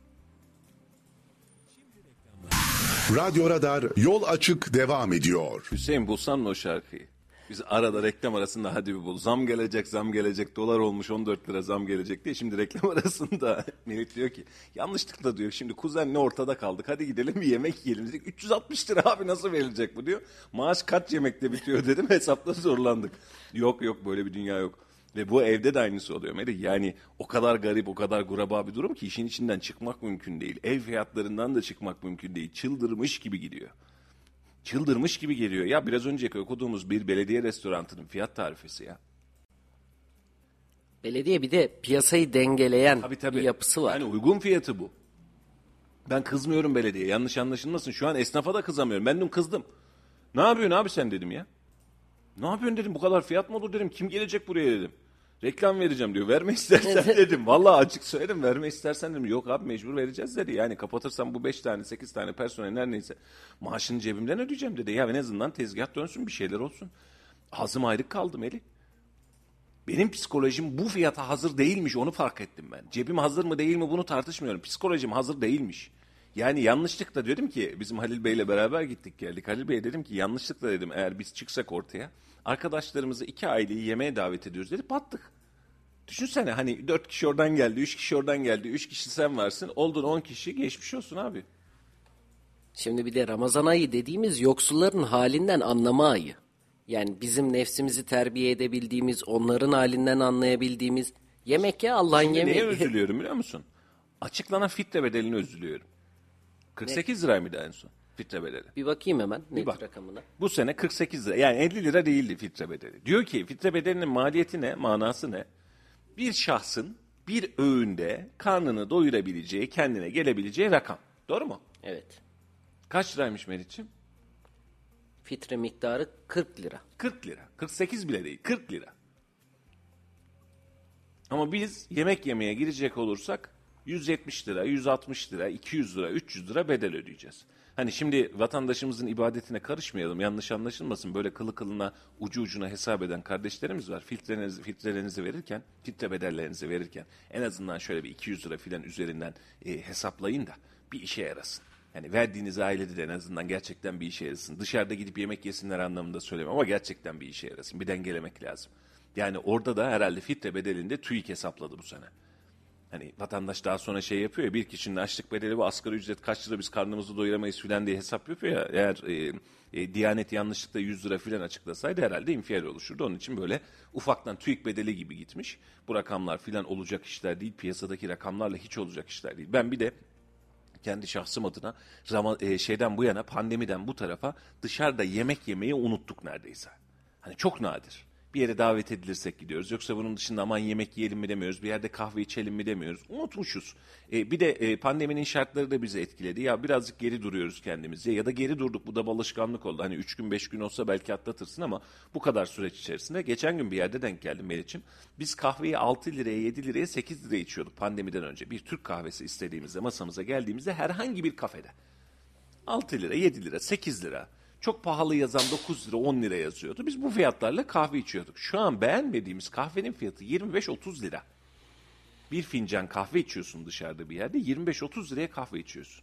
Radyo Radar yol açık devam ediyor. Hüseyin, bulsan mı o şarkıyı? Biz arada reklam arasında hadi bir bul. Zam gelecek, zam gelecek. Dolar olmuş 14 lira, zam gelecek diye. Şimdi reklam arasında Melih diyor ki yanlışlıkla diyor. Şimdi kuzenle ortada kaldık. Hadi gidelim bir yemek yiyelim dedik. 360 lira abi, nasıl verilecek bu diyor. Maaş kaç yemekte bitiyor dedim. Hesapla zorlandık. Yok böyle bir dünya yok. Ve bu evde de aynısı oluyor Melih. Yani o kadar garip, o kadar guraba bir durum ki işin içinden çıkmak mümkün değil. Ev fiyatlarından da çıkmak mümkün değil. Çıldırmış gibi gidiyor. Çıldırmış gibi geliyor. Ya biraz önceki okuduğumuz bir belediye restoranının fiyat tarifesi ya. Belediye bir de piyasayı dengeleyen Tabii. bir yapısı var. Yani uygun fiyatı bu. Ben kızmıyorum belediyeye. Yanlış anlaşılmasın. Şu an esnafa da kızamıyorum. Ben dün kızdım. Ne yapıyorsun abi sen dedim ya. Ne yapıyorsun dedim. Bu kadar fiyat mı olur dedim. Kim gelecek buraya dedim. Reklam vereceğim diyor. Verme istersen dedim. Vallahi açık söyledim. Verme istersen dedim. Yok abi, mecbur vereceğiz dedi. Yani kapatırsam bu 5 tane 8 tane personel her neyse maaşını cebimden ödeyeceğim dedi. Ya en azından tezgah dönsün, bir şeyler olsun. Ağzım ayrık kaldı Melih. Benim psikolojim bu fiyata hazır değilmiş, onu fark ettim ben. Cebim hazır mı değil mi bunu tartışmıyorum. Psikolojim hazır değilmiş. Yani yanlışlıkla dedim ki bizim Halil Bey'le beraber gittik geldik. Halil Bey'e dedim ki yanlışlıkla dedim eğer biz çıksak ortaya arkadaşlarımızı 2 aileyi yemeğe davet ediyoruz dedi, battık. Düşünsene hani 4 kişi oradan geldi, 3 kişi oradan geldi, 3 kişi sen varsın. Oldun 10 kişi, geçmiş olsun abi. Şimdi bir de Ramazan ayı dediğimiz yoksulların halinden anlama ayı. Yani bizim nefsimizi terbiye edebildiğimiz, onların halinden anlayabildiğimiz yemek ya Allah'ın Şimdi yemeği. neye üzülüyorum biliyor musun? Açıklanan fitre bedelini üzülüyorum. 48 lira mıydı en son fitre bedeli? Bir bakayım hemen net bak. rakamına. Bu sene 48 lira. Yani 50 lira değildi fitre bedeli. Diyor ki fitre bedelinin maliyeti ne, manası ne? Bir şahsın bir öğünde karnını doyurabileceği, kendine gelebileceği rakam. Doğru mu? Evet. Kaç liraymış Meriç'ciğim? Fitre miktarı 40 lira. 40 lira. 48 bile değil, 40 lira. Ama biz yemek yemeye girecek olursak 170 lira, 160 lira, 200 lira, 300 lira bedel ödeyeceğiz. Hani şimdi vatandaşımızın ibadetine karışmayalım, yanlış anlaşılmasın. Böyle kılı kılına, ucu ucuna hesap eden kardeşlerimiz var. Filtrelerinizi verirken, filtre bedellerinizi verirken en azından şöyle bir 200 lira filan üzerinden hesaplayın da bir işe yarasın. Yani verdiğiniz ailede de en azından gerçekten bir işe yarasın. Dışarıda gidip yemek yesinler anlamında söylemiyorum ama gerçekten bir işe yarasın. Bir dengelemek lazım. Yani orada da herhalde fitre bedelinde TÜİK hesapladı bu sene. Hani vatandaş daha sonra şey yapıyor ya, bir kişinin açlık bedeli bu, asgari ücret kaç lira biz karnımızı doyuramayız filan diye hesap yapıyor ya. Eğer Diyanet yanlışlıkla 100 lira filan açıklasaydı herhalde infial oluşurdu. Onun için böyle ufaktan TÜİK bedeli gibi gitmiş. Bu rakamlar filan olacak işler değil. Piyasadaki rakamlarla hiç olacak işler değil. Ben bir de kendi şahsım adına şeyden bu yana, pandemiden bu tarafa dışarıda yemek yemeyi unuttuk neredeyse. Hani çok nadir. Bir yere davet edilirsek gidiyoruz. Yoksa bunun dışında aman yemek yiyelim mi demiyoruz. Bir yerde kahve içelim mi demiyoruz. Unutmuşuz. Bir de pandeminin şartları da bizi etkiledi. Ya birazcık geri duruyoruz kendimize. Ya da geri durduk. Bu da alışkanlık oldu. Hani 3 gün 5 gün olsa belki atlatırsın ama bu kadar süreç içerisinde. Geçen gün bir yerde denk geldim Meriç'im. Biz kahveyi 6 liraya, 7 liraya, 8 liraya içiyorduk pandemiden önce. Bir Türk kahvesi istediğimizde, masamıza geldiğimizde herhangi bir kafede. 6 lira, 7 lira, 8 lira. Çok pahalı yazan 9 lira, 10 lira yazıyordu. Biz bu fiyatlarla kahve içiyorduk. Şu an beğenmediğimiz kahvenin fiyatı 25-30 lira. Bir fincan kahve içiyorsun dışarıda bir yerde, 25-30 liraya kahve içiyorsun.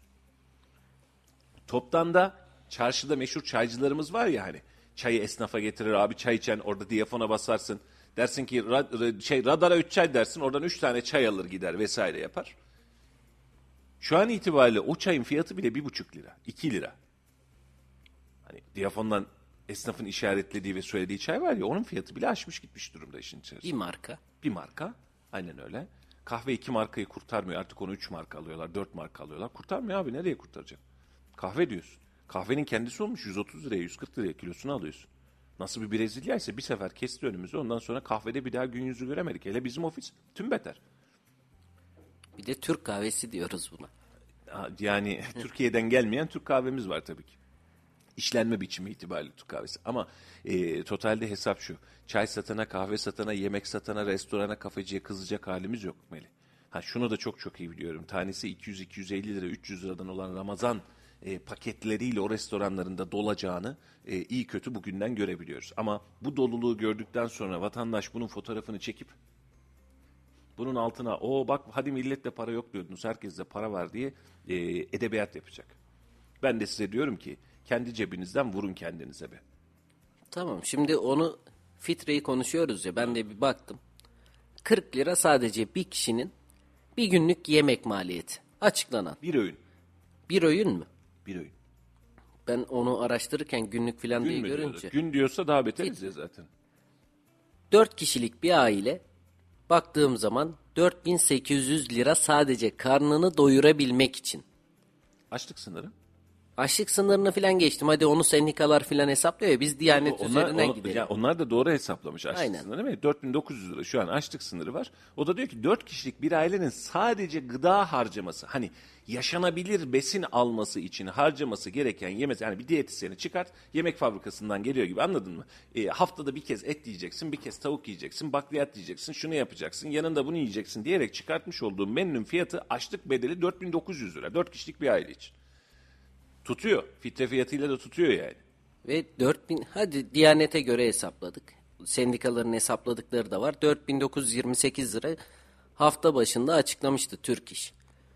Toptan da çarşıda meşhur çaycılarımız var ya hani. Çayı esnafa getirir abi, çay içen orada diyafona basarsın. Dersin ki radara 3 çay dersin, oradan 3 tane çay alır gider vesaire yapar. Şu an itibariyle o çayın fiyatı bile 1,5 lira, 2 lira. Hani diyafondan esnafın işaretlediği ve söylediği çay var ya, onun fiyatı bile aşmış gitmiş durumda işin içerisinde. Bir marka. Bir marka, aynen öyle. Kahve 2 markayı kurtarmıyor, artık onu 3 marka alıyorlar, 4 marka alıyorlar. Kurtarmıyor abi, nereye kurtaracak? Kahve diyorsun. Kahvenin kendisi olmuş 130 liraya, 140 liraya kilosunu alıyorsun. Nasıl bir Brezilya ise bir sefer kesti önümüzü, ondan sonra kahvede bir daha gün yüzü göremedik. Hele bizim ofis tüm beter. Bir de Türk kahvesi diyoruz buna. Yani Türkiye'den gelmeyen Türk kahvemiz var tabii ki. İşlenme biçimi itibariyle Türk kahvesi. Ama totalde hesap şu. Çay satana, kahve satana, yemek satana, restorana, kafeciye kızacak halimiz yok Melih. Şunu da çok çok iyi biliyorum. Tanesi 200-250 lira, 300 liradan olan Ramazan paketleriyle o restoranlarında dolacağını iyi kötü bugünden görebiliyoruz. Ama bu doluluğu gördükten sonra vatandaş bunun fotoğrafını çekip bunun altına bak hadi millette para yok diyordunuz, herkeste para var diye edebiyat yapacak. Ben de size diyorum ki kendi cebinizden vurun kendinize be. Tamam, şimdi onu fitreyi konuşuyoruz ya, ben de bir baktım. 40 lira sadece bir kişinin bir günlük yemek maliyeti açıklanan. Bir öğün. Bir öğün mü? Bir öğün. Ben onu araştırırken günlük falan diye Gün mü görünce. diyorlar? Gün diyorsa daha beteriz ya zaten. 4 kişilik bir aile baktığım zaman 4800 lira sadece karnını doyurabilmek için. Açlık sınırı. Açlık sınırını falan geçtim. Hadi onu sendikalar falan hesaplıyor ya, biz Diyanet üzerinden gidelim. Ya onlar da doğru hesaplamış açlık Aynen. sınırı. Değil mi? 4900 lira şu an açlık sınırı var. O da diyor ki 4 kişilik bir ailenin sadece gıda harcaması, hani yaşanabilir besin alması için harcaması gereken yemesi, yani bir diyetisyeni çıkart, yemek fabrikasından geliyor gibi, anladın mı? Haftada bir kez et yiyeceksin, bir kez tavuk yiyeceksin, bakliyat yiyeceksin, şunu yapacaksın, yanında bunu yiyeceksin diyerek çıkartmış olduğu menünün fiyatı, açlık bedeli 4900 lira. 4 kişilik bir aile için. Tutuyor. Fitre fiyatıyla da tutuyor yani. Ve 4000, hadi Diyanet'e göre hesapladık. sendikaların hesapladıkları da var. 4.928 lira hafta başında açıklamıştı Türk İş.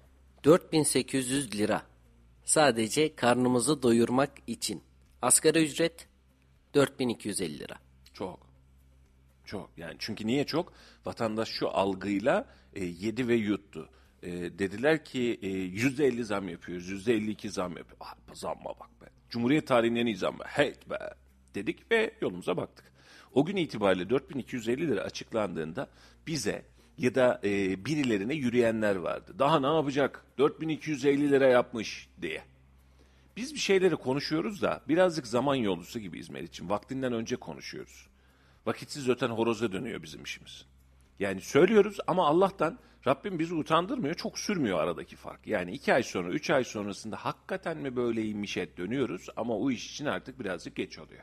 4.800 lira sadece karnımızı doyurmak için. Asgari ücret 4.250 lira. Çok. Çok yani çünkü niye çok? Vatandaş şu algıyla yedi ve yuttu. Dediler ki %50 zam yapıyoruz, %52 zam yapıyoruz. Ah, zamma bak be. Cumhuriyet tarihinin en iyi zammı. Hey be dedik ve yolumuza baktık. O gün itibariyle 4250 lira açıklandığında bize ya da birilerine yürüyenler vardı. Daha ne yapacak? 4250 lira yapmış diye. Biz bir şeyleri konuşuyoruz da birazcık zaman yolcusu gibiyiz Meriç'im. Vaktinden önce konuşuyoruz. Vakitsiz öten horoza dönüyor bizim işimiz. Yani söylüyoruz ama Allah'tan Rabbim bizi utandırmıyor. Çok sürmüyor aradaki fark. Yani 2 ay sonra, 3 ay sonrasında hakikaten mi böyleymişe dönüyoruz ama o iş için artık birazcık geç oluyor.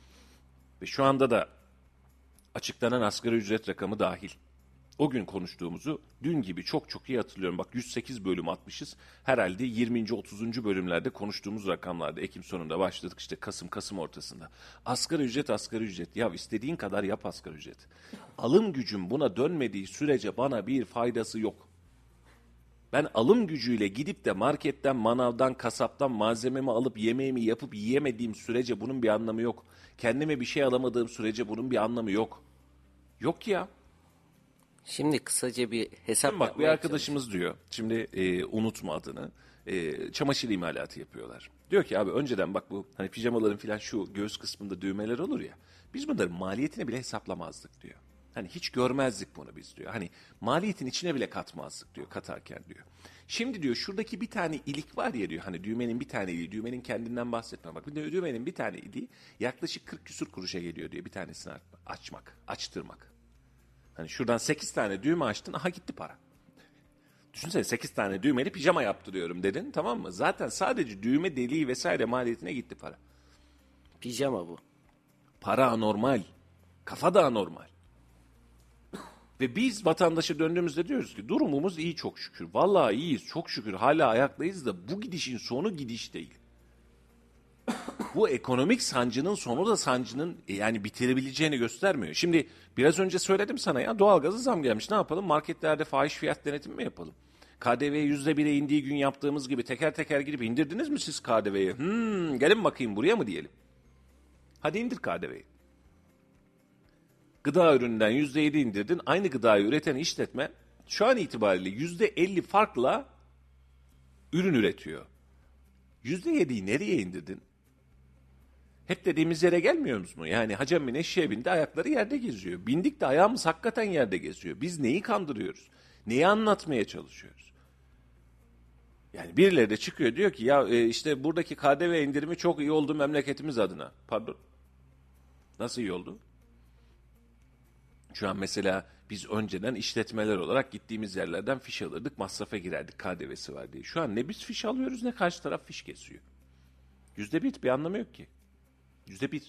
Ve şu anda da açıklanan asgari ücret rakamı dahil. O gün konuştuğumuzu dün gibi çok çok iyi hatırlıyorum. Bak 108 bölüm atmışız. Herhalde 20. 30. bölümlerde konuştuğumuz rakamlarda. Ekim sonunda başladık işte Kasım ortasında. Asgari ücret. Ya istediğin kadar yap asgari ücret. Alım gücüm buna dönmediği sürece bana bir faydası yok. Ben alım gücüyle gidip de marketten, manavdan, kasaptan malzememi alıp yemeğimi yapıp yiyemediğim sürece bunun bir anlamı yok. Kendime bir şey alamadığım sürece bunun bir anlamı yok. Yok ya. Şimdi kısaca bir hesap Bak bir yapmaya arkadaşımız diyor, şimdi unutma adını, çamaşır imalatı yapıyorlar. Diyor ki abi önceden bak bu hani pijamaların filan şu göğüs kısmında düğmeler olur ya, biz bunların maliyetini bile hesaplamazdık diyor. Hani hiç görmezdik bunu biz diyor. Hani maliyetin içine bile katmazdık diyor katarken diyor. Şimdi diyor şuradaki bir tane ilik var ya diyor hani düğmenin bir tane iliği, düğmenin kendinden bahsetme bak. Bir de düğmenin bir tane iliği yaklaşık 40 küsur kuruşa geliyor diyor bir tanesini açtırmak. Hani şuradan 8 tane düğme açtın, aha gitti para. Düşünsene 8 tane düğmeli pijama yaptırıyorum dedin, tamam mı? Zaten sadece düğme deliği vesaire maliyetine gitti para. Pijama bu. Para anormal. Kafa da anormal. Ve biz vatandaşa döndüğümüzde diyoruz ki durumumuz iyi çok şükür. Vallahi iyiyiz çok şükür hala ayaktayız da bu gidişin sonu gidiş değil. Bu ekonomik sancının sonu da sancının yani bitirebileceğini göstermiyor. Şimdi biraz önce söyledim sana ya doğalgaza zam gelmiş. Ne yapalım? Marketlerde fahiş fiyat denetimi mi yapalım? KDV %1'e indiği gün yaptığımız gibi teker teker girip indirdiniz mi siz KDV'yi? Gelin bakayım buraya mı diyelim? Hadi indir KDV'yi. Gıda ürününden %7 indirdin. Aynı gıdayı üreten işletme şu an itibariyle %50 farkla ürün üretiyor. %7'yi nereye indirdin? Hep dediğimiz yere gelmiyoruz mu? Yani Hacem bin eşeğe bindi ayakları yerde geziyor. Bindik de ayağımız hakikaten yerde geziyor. Biz neyi kandırıyoruz? Neyi anlatmaya çalışıyoruz? Yani birileri de çıkıyor diyor ki ya işte buradaki KDV indirimi çok iyi oldu memleketimiz adına. Pardon. Nasıl iyi oldu? Şu an mesela biz önceden işletmeler olarak gittiğimiz yerlerden fiş alırdık, masrafa girerdik KDV'si var diye. Şu an ne biz fiş alıyoruz ne karşı taraf fiş kesiyor. %1 bir anlamı yok ki. %1.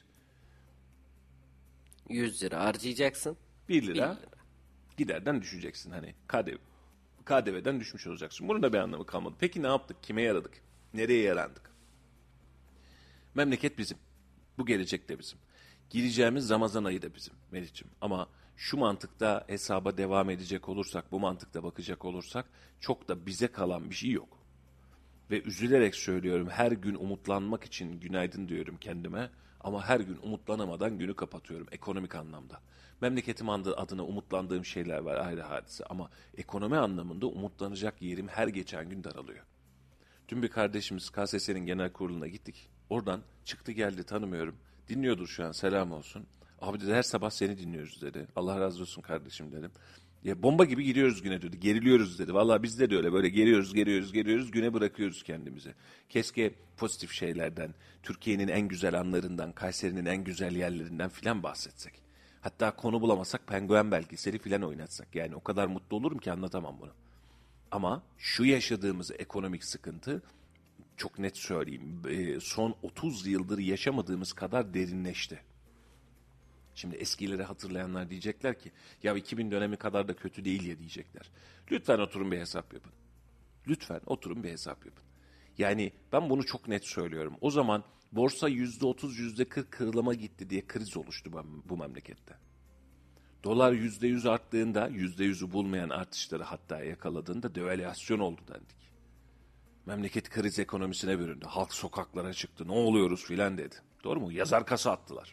100 lira harcayacaksın. 1 lira giderden düşeceksin hani KDV'den düşmüş olacaksın. Bunun da bir anlamı kalmadı. Peki ne yaptık? Kime yaradık? Nereye yarandık? Memleket bizim. Bu gelecek de bizim. Gireceğimiz Ramazan ayı da bizim Meriç'ciğim. Ama şu mantıkta hesaba devam edecek olursak, bu mantıkta bakacak olursak çok da bize kalan bir şey yok. Ve üzülerek söylüyorum her gün umutlanmak için günaydın diyorum kendime. Ama her gün umutlanamadan günü kapatıyorum ekonomik anlamda. Memleketim adına umutlandığım şeyler var ayrı hadise. Ama ekonomi anlamında umutlanacak yerim her geçen gün daralıyor. Dün bir kardeşimiz KSS'nin genel kuruluna gittik. Oradan çıktı geldi tanımıyorum. Dinliyordur şu an selam olsun. Abi dedi her sabah seni dinliyoruz dedi. Allah razı olsun kardeşim dedim. Ya bomba gibi giriyoruz güne dedi. Geriliyoruz dedi. Vallahi bizde de öyle böyle geriyoruz güne bırakıyoruz kendimizi. Keşke pozitif şeylerden, Türkiye'nin en güzel anlarından, Kayseri'nin en güzel yerlerinden filan bahsetsek. Hatta konu bulamasak penguen belgeseli filan oynatsak. Yani o kadar mutlu olurum ki anlatamam bunu. Ama şu yaşadığımız ekonomik sıkıntı çok net söyleyeyim son 30 yıldır yaşamadığımız kadar derinleşti. Şimdi eskileri hatırlayanlar diyecekler ki ya 2000 dönemi kadar da kötü değil ya diyecekler. Lütfen oturun bir hesap yapın. Lütfen oturun bir hesap yapın. Yani ben bunu çok net söylüyorum. O zaman Borsa %30, %40 kırılama gitti diye kriz oluştu bu memlekette. Dolar %100 arttığında, %100'ü bulmayan artışları hatta yakaladığında devalüasyon oldu dendik. Memleket kriz ekonomisine büründü. Halk sokaklara çıktı. Ne oluyoruz filan dedi. Doğru mu? Yazar kasa attılar.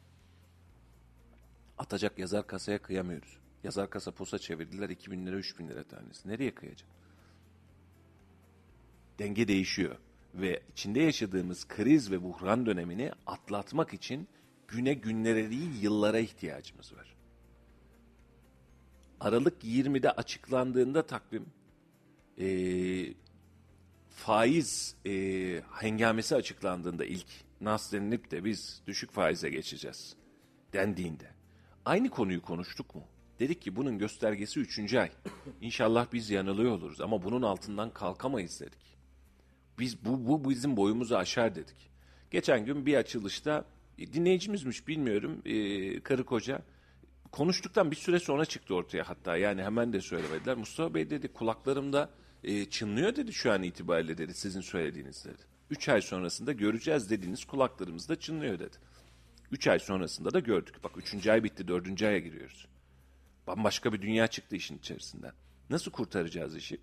Atacak yazar kasaya kıyamıyoruz. Yazar kasa posa çevirdiler 2.000 lira 3.000 lira tanesi. Nereye kıyacak? Denge değişiyor. Ve içinde yaşadığımız kriz ve buhran dönemini atlatmak için günlere değil yıllara ihtiyacımız var. Aralık 20'de açıklandığında takvim faiz hengamesi açıklandığında ilk nas denilip de biz düşük faize geçeceğiz dendiğinde aynı konuyu konuştuk mu? Dedik ki bunun göstergesi 3. ay. İnşallah biz yanılıyor oluruz ama bunun altından kalkamayız dedik. Biz bu bizim boyumuzu aşar dedik. Geçen gün bir açılışta dinleyicimizmiş bilmiyorum karı koca konuştuktan bir süre sonra çıktı ortaya hatta yani hemen de söylemediler. Mustafa Bey dedi kulaklarımda çınlıyor dedi şu an itibariyle dedi sizin söylediğiniz dedi. 3 ay sonrasında göreceğiz dediğiniz kulaklarımızda çınlıyor dedi. 3 ay sonrasında da gördük. Bak 3. ay bitti 4. aya giriyoruz. Bambaşka bir dünya çıktı işin içerisinden. Nasıl kurtaracağız işi?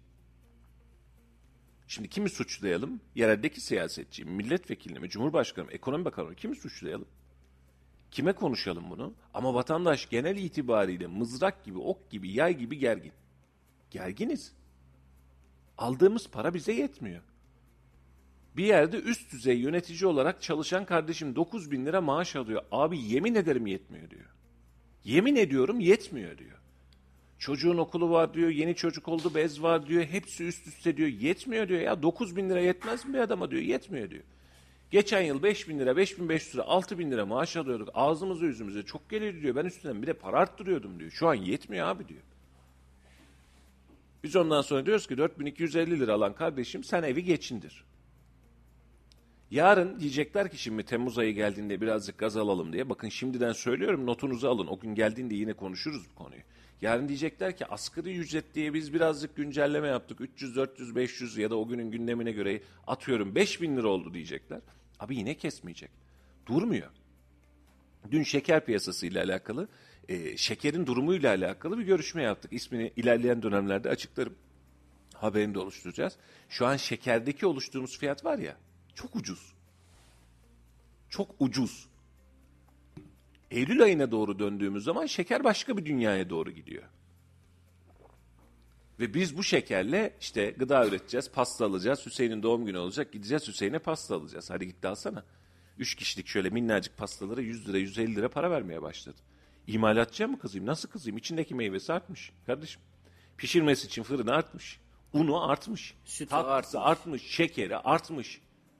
Şimdi kimi suçlayalım? Yereldeki siyasetçi, milletvekilini mi, cumhurbaşkanı mı, ekonomi bakanı mı? Kimi suçlayalım? Kime konuşalım bunu? Ama vatandaş genel itibariyle mızrak gibi, ok gibi, yay gibi gergin. Gerginiz. Aldığımız para bize yetmiyor. Bir yerde üst düzey yönetici olarak çalışan kardeşim 9.000 lira maaş alıyor. Abi yemin ederim yetmiyor diyor. Yemin ediyorum yetmiyor diyor. Çocuğun okulu var diyor, yeni çocuk oldu bez var diyor, hepsi üst üste diyor, yetmiyor diyor ya 9.000 lira yetmez mi bir adama diyor, yetmiyor diyor. Geçen yıl 5.000 lira, 5.500 lira, 6.000 lira maaş alıyorduk, ağzımıza yüzümüze çok geliyor diyor, ben üstünden bir de para arttırıyordum diyor, şu an yetmiyor abi diyor. Biz ondan sonra diyoruz ki 4.250 lira alan kardeşim sen evi geçindir. Yarın diyecekler ki şimdi Temmuz ayı geldiğinde birazcık gaz alalım diye. Bakın şimdiden söylüyorum notunuzu alın. O gün geldiğinde yine konuşuruz bu konuyu. Yarın diyecekler ki asgari ücret diye biz birazcık güncelleme yaptık. 300, 400, 500 ya da o günün gündemine göre atıyorum 5.000 lira oldu diyecekler. Abi yine kesmeyecek. Durmuyor. Dün şeker piyasasıyla alakalı, şekerin durumuyla alakalı bir görüşme yaptık. İsmini ilerleyen dönemlerde açıklarım. Haberini de oluşturacağız. Şu an şekerdeki oluşturduğumuz fiyat var ya, çok ucuz. Çok ucuz. Eylül ayına doğru döndüğümüz zaman şeker başka bir dünyaya doğru gidiyor. Ve biz bu şekerle işte gıda üreteceğiz, pasta alacağız. Hüseyin'in doğum günü olacak, gideceğiz Hüseyin'e pasta alacağız. Hadi git de alsana. 3 kişilik şöyle minnacık pastalara 100 lira, 150 lira para vermeye başladı. İmalatçıya mı kızayım? Nasıl kızayım? İçindeki meyvesi artmış kardeşim. Pişirmesi için fırını artmış. Unu artmış. Sütü Tatlısı artmış. Şekeri artmış.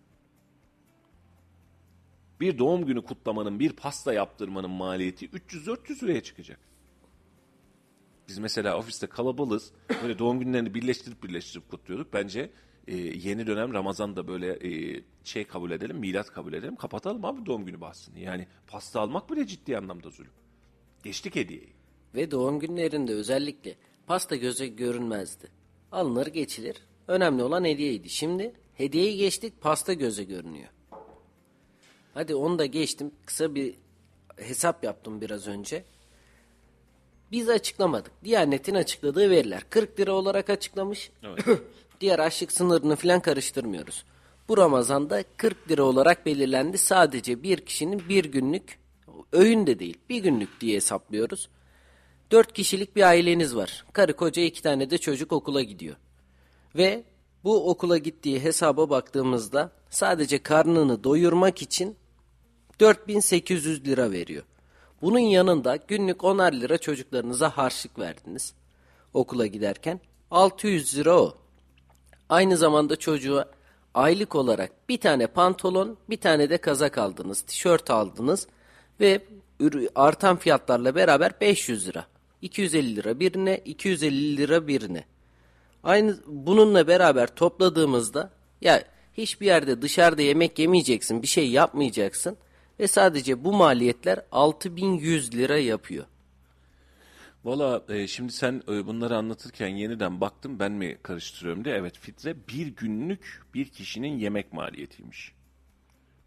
Bir doğum günü kutlamanın, bir pasta yaptırmanın maliyeti 300-400 liraya çıkacak. Biz mesela ofiste kalabalığız. Böyle doğum günlerini birleştirip kutluyorduk. Bence yeni dönem Ramazan'da böyle şey kabul edelim, milat kabul edelim. Kapatalım abi doğum günü bahsini. Yani pasta almak bile ciddi anlamda zulüm. Geçtik hediyeyi. Ve doğum günlerinde özellikle pasta göze görünmezdi. Alınır geçilir. Önemli olan hediyeydi. Şimdi hediyeyi geçtik pasta göze görünüyor. Hadi onu da geçtim. Kısa bir hesap yaptım biraz önce. Biz açıklamadık. Diyanet'in açıkladığı veriler. 40 lira olarak açıklamış. Evet. Diğer açlık sınırını falan karıştırmıyoruz. Bu Ramazan'da 40 lira olarak belirlendi. Sadece bir kişinin bir günlük, öğün de değil, bir günlük diye hesaplıyoruz. 4 kişilik bir aileniz var. Karı koca 2 tane de çocuk okula gidiyor. Ve bu okula gittiği hesaba baktığımızda sadece karnını doyurmak için 4.800 lira veriyor. Bunun yanında günlük 10'ar lira çocuklarınıza harçlık verdiniz okula giderken. 600 lira o. Aynı zamanda çocuğa aylık olarak bir tane pantolon, bir tane de kazak aldınız, tişört aldınız ve artan fiyatlarla beraber 500 lira. 250 lira birine, 250 lira birine. Aynı bununla beraber topladığımızda ya hiçbir yerde dışarıda yemek yemeyeceksin, bir şey yapmayacaksın ve sadece bu maliyetler 6.100 lira yapıyor. Valla şimdi sen bunları anlatırken yeniden baktım ben mi karıştırıyorum diye. Evet fitre bir günlük bir kişinin yemek maliyetiymiş.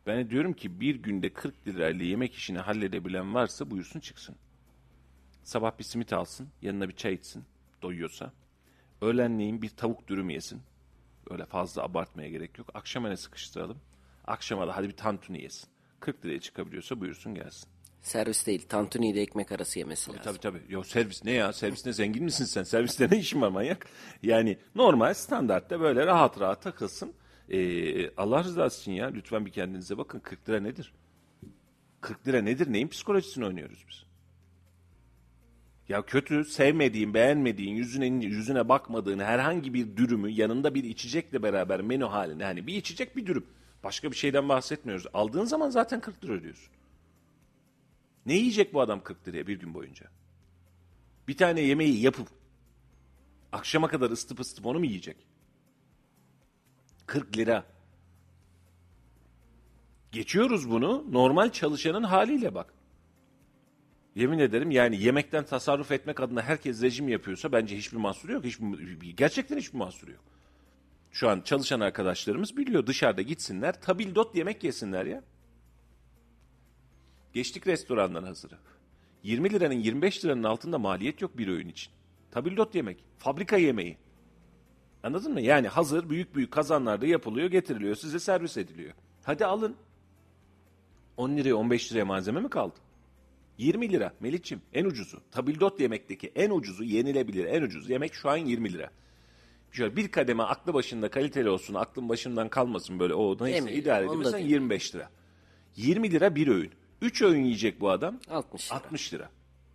Ben diyorum ki bir günde 40 lirayla yemek işini halledebilen varsa buyursun çıksın. Sabah bir simit alsın, yanına bir çay içsin, doyuyorsa. Öğlenleyin bir tavuk dürüm yesin. Öyle fazla abartmaya gerek yok. Akşama ne sıkıştıralım? Akşama da hadi bir tantuni yesin. 40 liraya çıkabiliyorsa buyursun gelsin. Servis değil, tantuniyi de ekmek arası yemesi lazım. Tabii. Yo servis ne ya? Servis ne, zengin misin sen? Serviste ne işin var manyak? Yani normal standartta böyle rahat rahat takılsın. Allah rızası için ya lütfen bir kendinize bakın. 40 lira nedir? 40 lira nedir? Neyin psikolojisini oynuyoruz biz? Ya kötü, sevmediğin, beğenmediğin, yüzüne bakmadığın herhangi bir dürümü yanında bir içecekle beraber menü haline. Yani bir içecek bir dürüm. Başka bir şeyden bahsetmiyoruz. Aldığın zaman zaten 40 lira ödüyorsun. Ne yiyecek bu adam 40 liraya bir gün boyunca? Bir tane yemeği yapıp akşama kadar ısıtıp onu mu yiyecek? 40 lira. Geçiyoruz bunu normal çalışanın haliyle bak. Yemin ederim yani yemekten tasarruf etmek adına herkes rejim yapıyorsa bence hiçbir mahsuru yok. Gerçekten hiçbir mahsuru yok. Şu an çalışan arkadaşlarımız biliyor dışarıda gitsinler tabildot yemek yesinler ya. Geçtik restorandan hazırı. 20 liranın 25 liranın altında maliyet yok bir öğün için. Tabildot yemek, fabrika yemeği. Anladın mı? Yani hazır büyük kazanlarda yapılıyor, getiriliyor, size servis ediliyor. Hadi alın. 10 liraya 15 liraya malzeme mi kaldı? 20 lira Melih'ciğim en ucuzu. Tabildot yemekteki en ucuzu yenilebilir en ucuz yemek şu an 20 lira. Şöyle bir kademe aklı başında kaliteli olsun aklın başından kalmasın böyle o neyse Yemeği, idare onu da edebilirsen değil. 25 lira. 20 lira bir öğün. 3 öğün yiyecek bu adam 60 lira. 60 lira.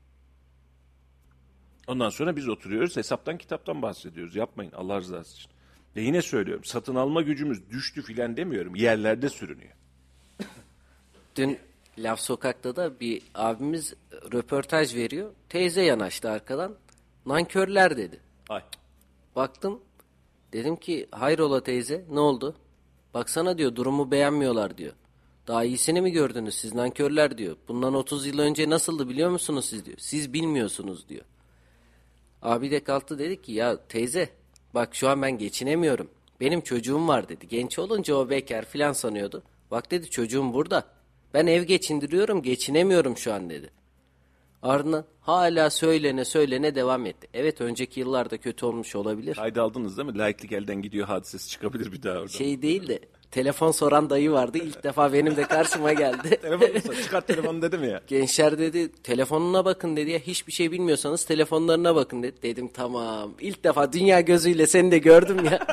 Ondan sonra biz oturuyoruz hesaptan kitaptan bahsediyoruz. Yapmayın Allah rızası için. Ve yine söylüyorum satın alma gücümüz düştü filan demiyorum. Yerlerde sürünüyor. Dün Laf Sokak'ta da bir abimiz röportaj veriyor. Teyze yanaştı arkadan. Nankörler dedi. Ay. Baktım. Dedim ki hayrola teyze ne oldu? Baksana diyor durumu beğenmiyorlar diyor. Daha iyisini mi gördünüz siz nankörler diyor. Bundan 30 yıl önce nasıldı biliyor musunuz siz diyor. Siz bilmiyorsunuz diyor. Abi de kalktı dedi ki ya teyze bak şu an ben geçinemiyorum. Benim çocuğum var dedi. Genç olunca o bekar filan sanıyordu. Bak dedi çocuğum burada. Ben ev geçindiriyorum geçinemiyorum şu an dedi. Ardından hala söylene devam etti. Evet önceki yıllarda kötü olmuş olabilir. Kaydı aldınız değil mi? Laiklik elden gidiyor hadisesi çıkabilir bir daha orada. Şey değil de telefon soran dayı vardı. İlk defa benim de karşıma geldi. Telefon çıkart telefonu dedim ya. Gençler dedi telefonuna bakın dedi ya hiçbir şey bilmiyorsanız telefonlarına bakın dedi. Dedim tamam ilk defa dünya gözüyle seni de gördüm ya.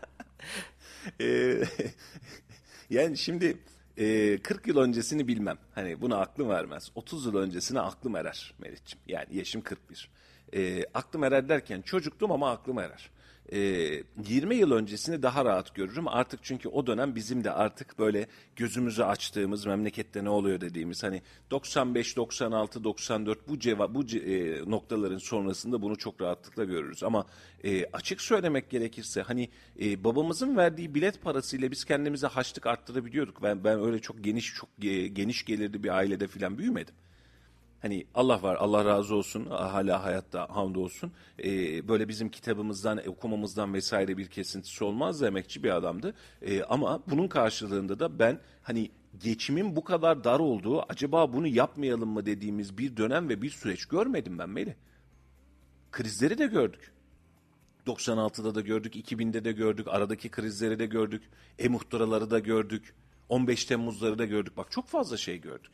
Yani şimdi 40 yıl öncesini bilmem. Hani buna aklım ermez. 30 yıl öncesine aklım erer Meriç'ciğim. Yani yaşım 41. Aklım erer derken çocuktum ama aklım erer. 20 yıl öncesini daha rahat görürüm. Artık çünkü o dönem bizim de artık böyle gözümüzü açtığımız memlekette ne oluyor dediğimiz hani 95, 96, 94 noktaların sonrasında bunu çok rahatlıkla görürüz. Ama açık söylemek gerekirse hani babamızın verdiği bilet parasıyla biz kendimize harçlık arttırabiliyorduk. Ben öyle çok geniş gelirli bir ailede falan büyümedim. Hani Allah var, Allah razı olsun, hala hayatta hamdolsun. Böyle bizim kitabımızdan, okumamızdan vesaire bir kesintisi olmaz, emekçi bir adamdı. Ama bunun karşılığında da ben hani geçimin bu kadar dar olduğu, acaba bunu yapmayalım mı dediğimiz bir dönem ve bir süreç görmedim ben Melih. Krizleri de gördük. 96'da da gördük, 2000'de de gördük, aradaki krizleri de gördük, muhtıraları da gördük, 15 Temmuz'ları da gördük. Bak çok fazla şey gördük.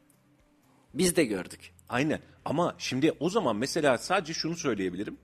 Biz de gördük. Aynen ama şimdi o zaman mesela sadece şunu söyleyebilirim.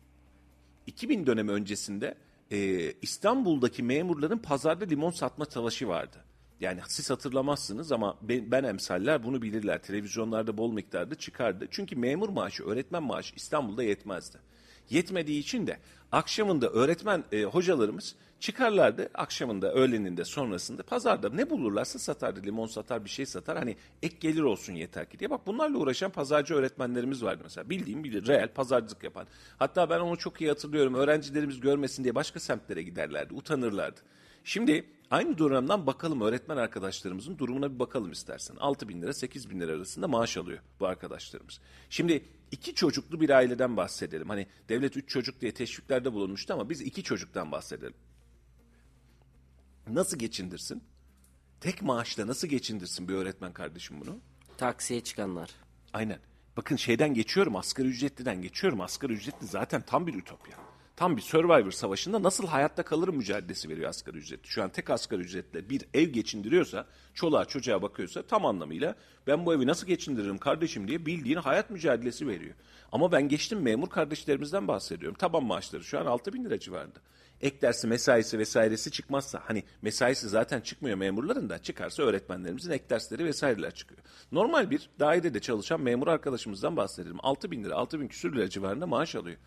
2000 dönemi öncesinde İstanbul'daki memurların pazarda limon satma savaşı vardı. Yani siz hatırlamazsınız ama ben emsaller bunu bilirler. Televizyonlarda bol miktarda çıkardı. Çünkü memur maaşı, öğretmen maaşı İstanbul'da yetmezdi. Yetmediği için de akşamında öğretmen hocalarımız çıkarlardı. Akşamında, öğleninde, sonrasında pazarda ne bulurlarsa satardı. Limon satar, bir şey satar. Hani ek gelir olsun yeter ki diye. Bak bunlarla uğraşan pazarcı öğretmenlerimiz vardı mesela. Bildiğim bilir, reel pazarcılık yapan. Hatta ben onu çok iyi hatırlıyorum. Öğrencilerimiz görmesin diye başka semtlere giderlerdi, utanırlardı. Şimdi aynı dönemden bakalım öğretmen arkadaşlarımızın durumuna bir bakalım istersen. 6 bin lira 8 bin lira arasında maaş alıyor bu arkadaşlarımız. Şimdi 2 çocuklu bir aileden bahsedelim. Hani devlet 3 çocuk diye teşviklerde bulunmuştu ama biz 2 çocuktan bahsedelim. Nasıl geçindirsin? Tek maaşla nasıl geçindirsin bir öğretmen kardeşim bunu? Taksiye çıkanlar. Aynen. Bakın şeyden geçiyorum, asgari ücretliden geçiyorum. Asgari ücretli zaten tam bir ütopya. Tam bir Survivor savaşında nasıl hayatta kalırım mücadelesi veriyor asgari ücretli. Şu an tek asgari ücretle bir ev geçindiriyorsa, çoluğa çocuğa bakıyorsa tam anlamıyla ben bu evi nasıl geçindiririm kardeşim diye bildiğin hayat mücadelesi veriyor. Ama ben geçtim memur kardeşlerimizden bahsediyorum. Taban maaşları şu an 6.000 lira civarında. Ek dersi, mesaisi vesairesi çıkmazsa, hani mesaisi zaten çıkmıyor memurların da, çıkarsa öğretmenlerimizin ek dersleri vesaireler çıkıyor. Normal bir dairede çalışan memur arkadaşımızdan bahsedelim. 6.000 lira, 6.000 küsür lira civarında maaş alıyor.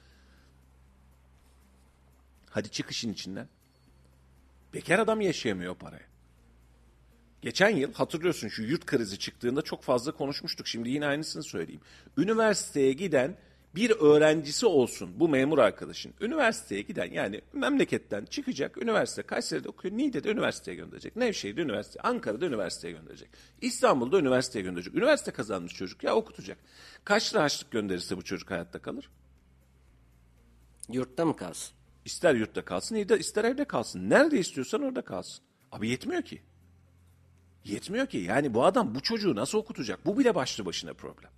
Hadi çık işin içinden. Bekar adam yaşayamıyor o paraya. Geçen yıl hatırlıyorsun şu yurt krizi çıktığında çok fazla konuşmuştuk. Şimdi yine aynısını söyleyeyim. Üniversiteye giden bir öğrencisi olsun bu memur arkadaşın. Üniversiteye giden, yani memleketten çıkacak, üniversite Kayseri'de okuyor, Niğde'de üniversiteye gönderecek. Nevşehir'de üniversite, Ankara'da üniversiteye gönderecek. İstanbul'da üniversiteye gönderecek. Üniversite kazanmış çocuk ya, okutacak. Kaç lira harçlık gönderirse bu çocuk hayatta kalır? Yurtta mı kalsın? İster yurtta kalsın, ister evde kalsın. Nerede istiyorsan orada kalsın. Abi yetmiyor ki. Yetmiyor ki. Yani bu adam bu çocuğu nasıl okutacak? Bu bile başlı başına problem.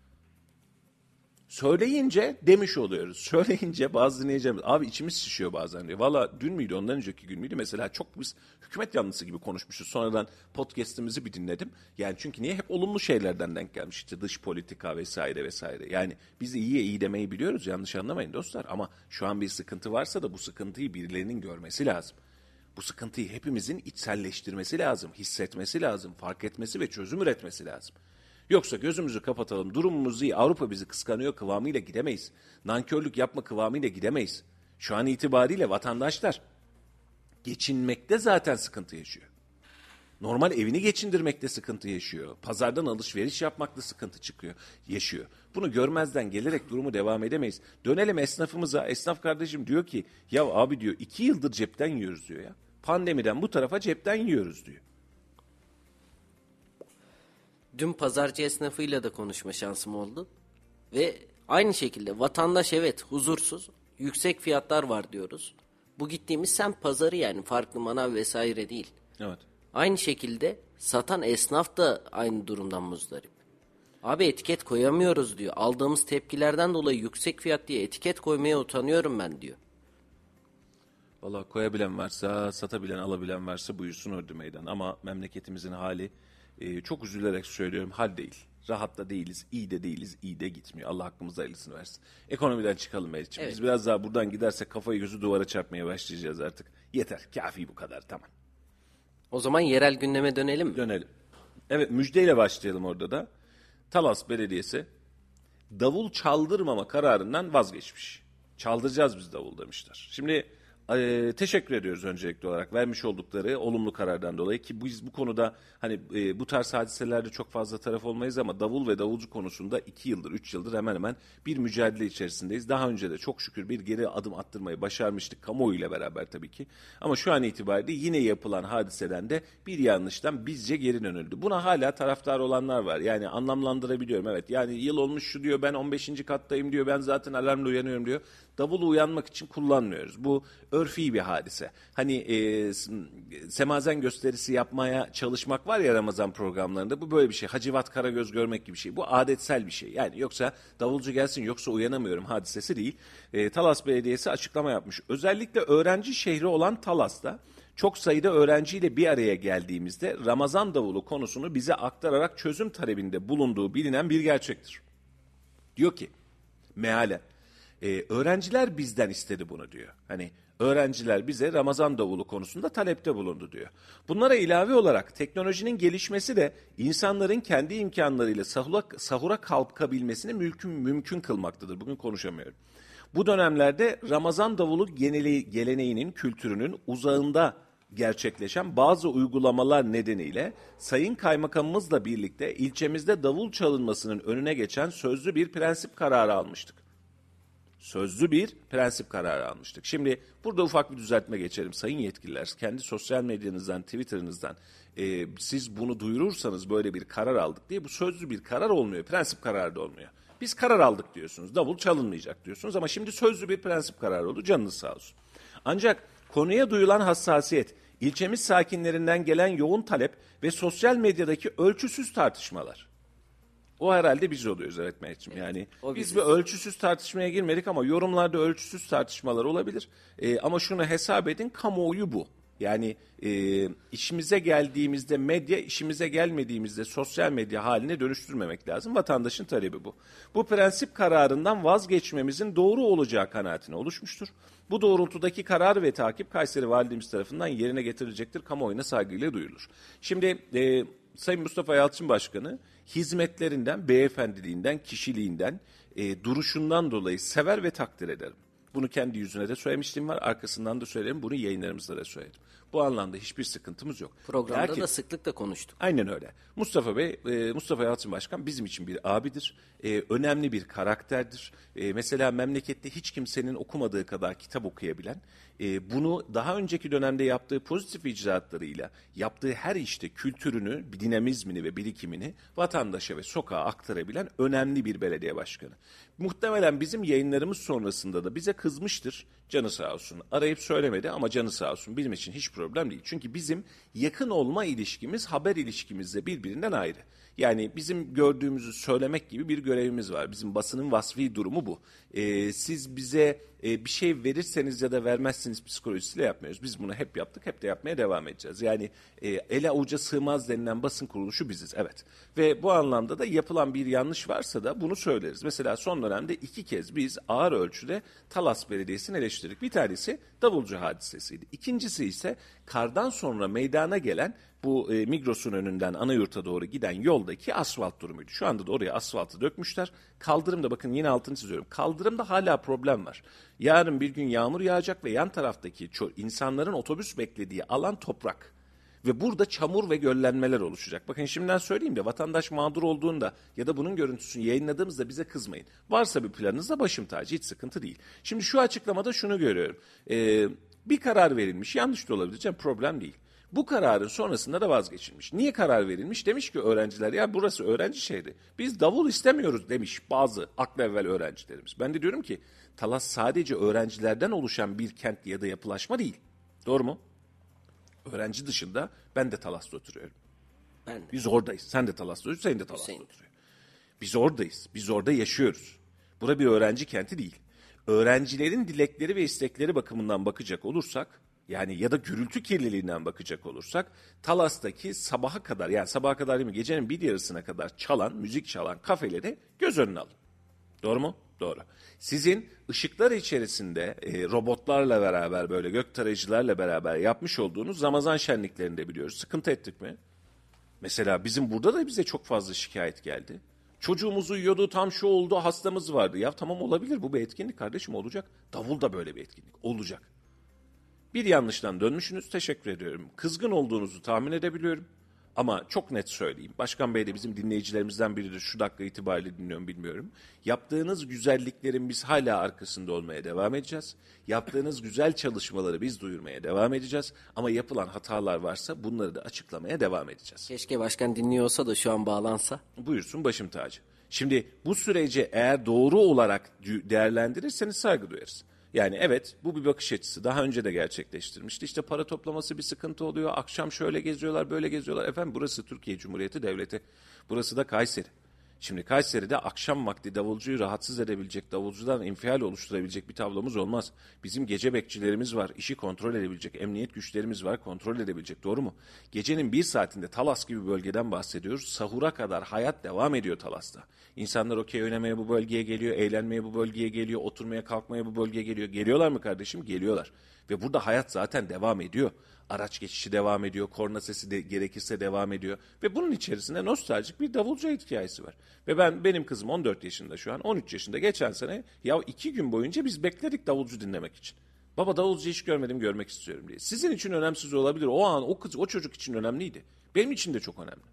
Söyleyince demiş oluyoruz. Söyleyince bazı dinleyeceğimiz, abi içimiz şişiyor bazen diyor. Valla dün müydü, ondan önceki gün müydü? Mesela çok biz hükümet yanlısı gibi konuşmuşuz. Sonradan podcast'imizi bir dinledim. Yani çünkü niye? Hep olumlu şeylerden denk gelmiş. İşte dış politika vesaire vesaire. Yani biz de iyiye iyi demeyi biliyoruz. Yanlış anlamayın dostlar. Ama şu an bir sıkıntı varsa da bu sıkıntıyı birilerinin görmesi lazım. Bu sıkıntıyı hepimizin içselleştirmesi lazım. Hissetmesi lazım. Fark etmesi ve çözüm üretmesi lazım. Yoksa gözümüzü kapatalım, durumumuz iyi, Avrupa bizi kıskanıyor kıvamıyla gidemeyiz. Nankörlük yapma kıvamıyla gidemeyiz. Şu an itibariyle vatandaşlar geçinmekte zaten sıkıntı yaşıyor. Normal evini geçindirmekte sıkıntı yaşıyor. Pazardan alışveriş yapmakta sıkıntı yaşıyor. Bunu görmezden gelerek durumu devam edemeyiz. Dönelim esnafımıza. Esnaf kardeşim diyor ki, ya abi diyor 2 yıldır cepten yiyoruz diyor ya. Pandemiden bu tarafa cepten yiyoruz diyor. Dün pazarcı esnafıyla da konuşma şansım oldu. Ve aynı şekilde vatandaş evet huzursuz, yüksek fiyatlar var diyoruz. Bu gittiğimiz semt pazarı, yani farklı manav vesaire değil. Evet. Aynı şekilde satan esnaf da aynı durumdan muzdarip. Abi etiket koyamıyoruz diyor. Aldığımız tepkilerden dolayı yüksek fiyat diye etiket koymaya utanıyorum ben diyor. Vallahi koyabilen varsa, satabilen, alabilen varsa buyursun ördü meydan. Ama memleketimizin hali, çok üzülerek söylüyorum, hal değil. Rahat da değiliz, iyi de değiliz, iyi de gitmiyor. Allah hakkımızda hayırlısını versin. Ekonomiden çıkalım Meriç'ciğim. Evet. Biz biraz daha buradan gidersek kafayı gözü duvara çarpmaya başlayacağız artık. Yeter, kafi bu kadar, tamam. O zaman yerel gündeme dönelim mi? Dönelim. Evet, müjdeyle başlayalım orada da. Talas Belediyesi davul çaldırmama kararından vazgeçmiş. Çaldıracağız biz davul demişler. Şimdi teşekkür ediyoruz öncelikli olarak vermiş oldukları olumlu karardan dolayı, ki biz bu konuda hani bu tarz hadiselerde çok fazla taraf olmayız ama davul ve davulcu konusunda 2 yıldır 3 yıldır hemen hemen bir mücadele içerisindeyiz. Daha önce de çok şükür bir geri adım attırmayı başarmıştık kamuoyuyla beraber tabii ki. Ama şu an itibariyle yine yapılan hadiseden de bir yanlıştan bizce geri dönüldü. Buna hala taraftar olanlar var. Yani anlamlandırabiliyorum, evet. Yani yıl olmuş şu diyor, ben 15. kattayım diyor, ben zaten alarmla uyanıyorum diyor. Davulu uyanmak için kullanmıyoruz. Bu örfi bir hadise. Hani semazen gösterisi yapmaya çalışmak var ya Ramazan programlarında, bu böyle bir şey. Hacivat Karagöz görmek gibi bir şey. Bu adetsel bir şey. Yani yoksa davulcu gelsin yoksa uyanamıyorum hadisesi değil. Talas Belediyesi açıklama yapmış. Özellikle öğrenci şehri olan Talas'ta çok sayıda öğrenciyle bir araya geldiğimizde Ramazan davulu konusunu bize aktararak çözüm talebinde bulunduğu bilinen bir gerçektir. Diyor ki mealen, öğrenciler bizden istedi bunu diyor. Hani öğrenciler bize Ramazan davulu konusunda talepte bulundu diyor. Bunlara ilave olarak teknolojinin gelişmesi de insanların kendi imkanlarıyla sahura kalkabilmesini mümkün kılmaktadır. Bugün konuşamıyorum. Bu dönemlerde Ramazan davulu geleneğinin, kültürünün uzağında gerçekleşen bazı uygulamalar nedeniyle Sayın Kaymakamımızla birlikte ilçemizde davul çalınmasının önüne geçen sözlü bir prensip kararı almıştık. Sözlü bir prensip kararı almıştık. Şimdi burada ufak bir düzeltme geçelim. Sayın yetkililer, kendi sosyal medyanızdan, Twitter'ınızdan siz bunu duyurursanız böyle bir karar aldık diye, bu sözlü bir karar olmuyor. Prensip kararı da olmuyor. Biz karar aldık diyorsunuz. Davul çalınmayacak diyorsunuz ama şimdi sözlü bir prensip kararı oldu. Canınız sağ olsun. Ancak konuya duyulan hassasiyet, İlçemiz sakinlerinden gelen yoğun talep ve sosyal medyadaki ölçüsüz tartışmalar. O herhalde biz oluyoruz evet Mehmetciğim. Yani o biz biziz. bir ölçüsüz tartışmaya girmedik ama yorumlarda ölçüsüz tartışmalar olabilir. Ama şunu hesap edin, kamuoyu bu. Yani işimize geldiğimizde medya, işimize gelmediğimizde sosyal medya haline dönüştürmemek lazım. Vatandaşın talebi bu. Bu prensip kararından vazgeçmemizin doğru olacağı kanaatine oluşmuştur. Bu doğrultudaki karar ve takip Kayseri Validemiz tarafından yerine getirilecektir. Kamuoyuna saygıyla duyurulur. Şimdi Sayın Mustafa Yalçın Başkanı hizmetlerinden, beyefendiliğinden, kişiliğinden, duruşundan dolayı sever ve takdir ederim. Bunu kendi yüzüne de söylemişliğim var. Arkasından da söylerim. Bunu yayınlarımızda da söyledim. Bu anlamda hiçbir sıkıntımız yok. Programda Lakin, da sıklıkla konuştuk. aynen öyle. Mustafa Bey, Mustafa Yalçın Başkan bizim için bir abidir. Önemli bir karakterdir. Mesela memlekette hiç kimsenin okumadığı kadar kitap okuyabilen, bunu daha önceki dönemde yaptığı pozitif icraatlarıyla, yaptığı her işte kültürünü, dinamizmini ve birikimini vatandaşa ve sokağa aktarabilen önemli bir belediye başkanı. Muhtemelen bizim yayınlarımız sonrasında da bize kızmıştır. Canı sağ olsun. Arayıp söylemedi ama canı sağ olsun. Bizim için hiç problem değil. Çünkü bizim yakın olma ilişkimiz haber ilişkimizle birbirinden ayrı. Yani bizim gördüğümüzü söylemek gibi bir görevimiz var. Bizim basının vasfi durumu bu. Siz bize bir şey verirseniz ya da vermezseniz psikolojisiyle yapmıyoruz. Biz bunu hep yaptık, hep de yapmaya devam edeceğiz. Yani ele avuca sığmaz denilen basın kuruluşu biziz, evet. Ve bu anlamda da yapılan bir yanlış varsa da bunu söyleriz. Mesela son dönemde 2 kez biz ağır ölçüde Talas Belediyesi'ni eleştirdik. Bir tanesi davulcu hadisesiydi. İkincisi ise kardan sonra meydana gelen bu Migros'un önünden Anayurt'a doğru giden yoldaki asfalt durumuydu. Şu anda da oraya asfaltı dökmüşler. Kaldırımda bakın yine altını çiziyorum. Kaldırımda hala problem var. Yarın bir gün yağmur yağacak ve yan taraftaki insanların otobüs beklediği alan toprak. Ve burada çamur ve göllenmeler oluşacak. Bakın şimdiden söyleyeyim de vatandaş mağdur olduğunda ya da bunun görüntüsünü yayınladığımızda bize kızmayın. Varsa bir planınız da başım tacı, hiç sıkıntı değil. Şimdi şu açıklamada şunu görüyorum. Bir karar verilmiş, yanlış da olabilir canım, problem değil. Bu kararın sonrasında da vazgeçilmiş. Niye karar verilmiş? Demiş ki öğrenciler, ya burası öğrenci şehri. Biz davul istemiyoruz demiş bazı aklı evvel öğrencilerimiz. Ben de diyorum ki Talas sadece öğrencilerden oluşan bir kent ya da yapılaşma değil. Doğru mu? Öğrenci dışında ben de Talas'ta oturuyorum. Ben de. Biz oradayız. Sen de Talas'ta oturuyorsun, sen de Talas'ta Hüseyin. oturuyorsun. Biz oradayız. Biz orada yaşıyoruz. Bura bir öğrenci kenti değil. Öğrencilerin dilekleri ve istekleri bakımından bakacak olursak, yani ya da gürültü kirliliğinden bakacak olursak, Talas'taki sabaha kadar, yani sabaha kadar değil mi, gecenin bir yarısına kadar çalan, müzik çalan kafeleri göz önüne alın. Doğru mu? Doğru. Sizin ışıklar içerisinde robotlarla beraber, böyle gök tarayıcılarla beraber yapmış olduğunuz Ramazan şenliklerinde biliyoruz. Sıkıntı ettik mi? Mesela bizim burada da bize çok fazla şikayet geldi. Çocuğumuz uyuyordu, tam şu oldu, hastamız vardı. Ya tamam, olabilir, bu bir etkinlik kardeşim, olacak. Davul da böyle bir etkinlik olacak. Bir yanlıştan dönmüşsünüz, teşekkür ediyorum. Kızgın olduğunuzu tahmin edebiliyorum. Ama çok net söyleyeyim. Başkan Bey de bizim dinleyicilerimizden biridir. Şu dakika itibariyle dinliyorum, bilmiyorum. Yaptığınız güzelliklerin biz hala arkasında olmaya devam edeceğiz. Yaptığınız güzel çalışmaları biz duyurmaya devam edeceğiz. Ama yapılan hatalar varsa bunları da açıklamaya devam edeceğiz. Keşke başkan dinliyor olsa da şu an bağlansa. Buyursun, başım tacı. Şimdi bu süreci eğer doğru olarak değerlendirirseniz saygı duyarız. Yani evet, bu bir bakış açısı. Daha önce de gerçekleştirmişti. İşte para toplaması bir sıkıntı oluyor. Akşam şöyle geziyorlar, böyle geziyorlar. Efendim burası Türkiye Cumhuriyeti Devleti. Burası da Kayseri. Şimdi Kayseri'de akşam vakti davulcuyu rahatsız edebilecek, davulcudan infial oluşturabilecek bir tablomuz olmaz. Bizim gece bekçilerimiz var, işi kontrol edebilecek, emniyet güçlerimiz var, kontrol edebilecek, doğru mu? Gecenin bir saatinde Talas gibi bölgeden bahsediyoruz. Sahura kadar hayat devam ediyor Talas'ta. İnsanlar okey oynamaya bu bölgeye geliyor, eğlenmeye bu bölgeye geliyor, oturmaya kalkmaya bu bölgeye geliyor. Geliyorlar mı kardeşim? Geliyorlar. Ve burada hayat zaten devam ediyor. Araç geçişi devam ediyor, korna sesi de gerekirse devam ediyor. Ve bunun içerisinde nostaljik bir davulcu hikayesi var. Ve benim kızım 14 yaşında şu an, 13 yaşında, geçen sene ya 2 gün boyunca biz bekledik davulcu dinlemek için. Baba davulcu hiç görmedim, görmek istiyorum diye. Sizin için önemsiz olabilir. O an o kız, o çocuk için önemliydi. Benim için de çok önemli.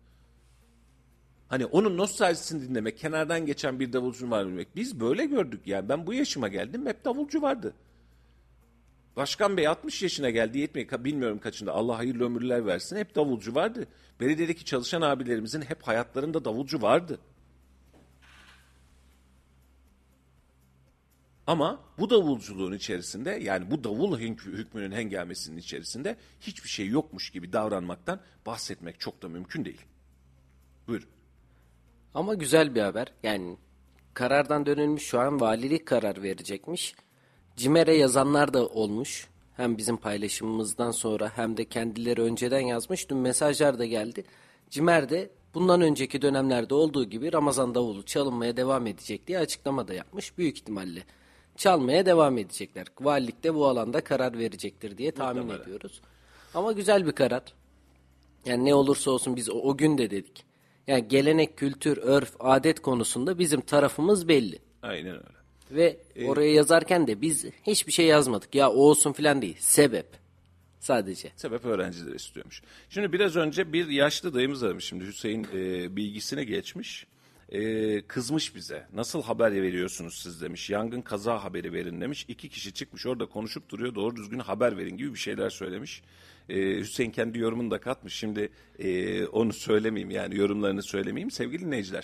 Hani onun nostaljisini dinlemek, kenardan geçen bir davulcu var bilmek. Biz böyle gördük yani. Ben bu yaşıma geldim, hep davulcu vardı. Başkan Bey 60 yaşına geldi, bilmiyorum kaçında, Allah hayırlı ömürler versin, hep davulcu vardı. Belediyedeki çalışan abilerimizin hep hayatlarında davulcu vardı. Ama bu davulculuğun içerisinde, yani bu davul hükmünün hengamesinin içerisinde hiçbir şey yokmuş gibi davranmaktan bahsetmek çok da mümkün değil. Buyurun. Ama güzel bir haber. Yani karardan dönülmüş, şu an valilik karar verecekmiş. CİMER'e yazanlar da olmuş. Hem bizim paylaşımımızdan sonra hem de kendileri önceden yazmış. Dün mesajlar da geldi. CİMER de bundan önceki dönemlerde olduğu gibi Ramazan davulu çalınmaya devam edecek diye açıklama da yapmış. Büyük ihtimalle çalmaya devam edecekler. Valilik de bu alanda karar verecektir diye tahmin ediyoruz. Ama güzel bir karar. Yani ne olursa olsun biz o gün de dedik. Yani gelenek, kültür, örf, adet konusunda bizim tarafımız belli. Aynen öyle. Ve oraya yazarken de biz hiçbir şey yazmadık. Ya o olsun falan değil. Sebep. Sadece. Sebep öğrenciler istiyormuş. Şimdi biraz önce bir yaşlı dayımız aramış. Şimdi Hüseyin bilgisine geçmiş. Kızmış bize. Nasıl haber veriyorsunuz siz demiş. Yangın kaza haberi verin demiş. 2 kişi çıkmış orada konuşup duruyor. Doğru düzgün haber verin gibi bir şeyler söylemiş. Hüseyin kendi yorumunu da katmış. Şimdi onu söylemeyeyim, yani yorumlarını söylemeyeyim. Sevgili dinleyiciler,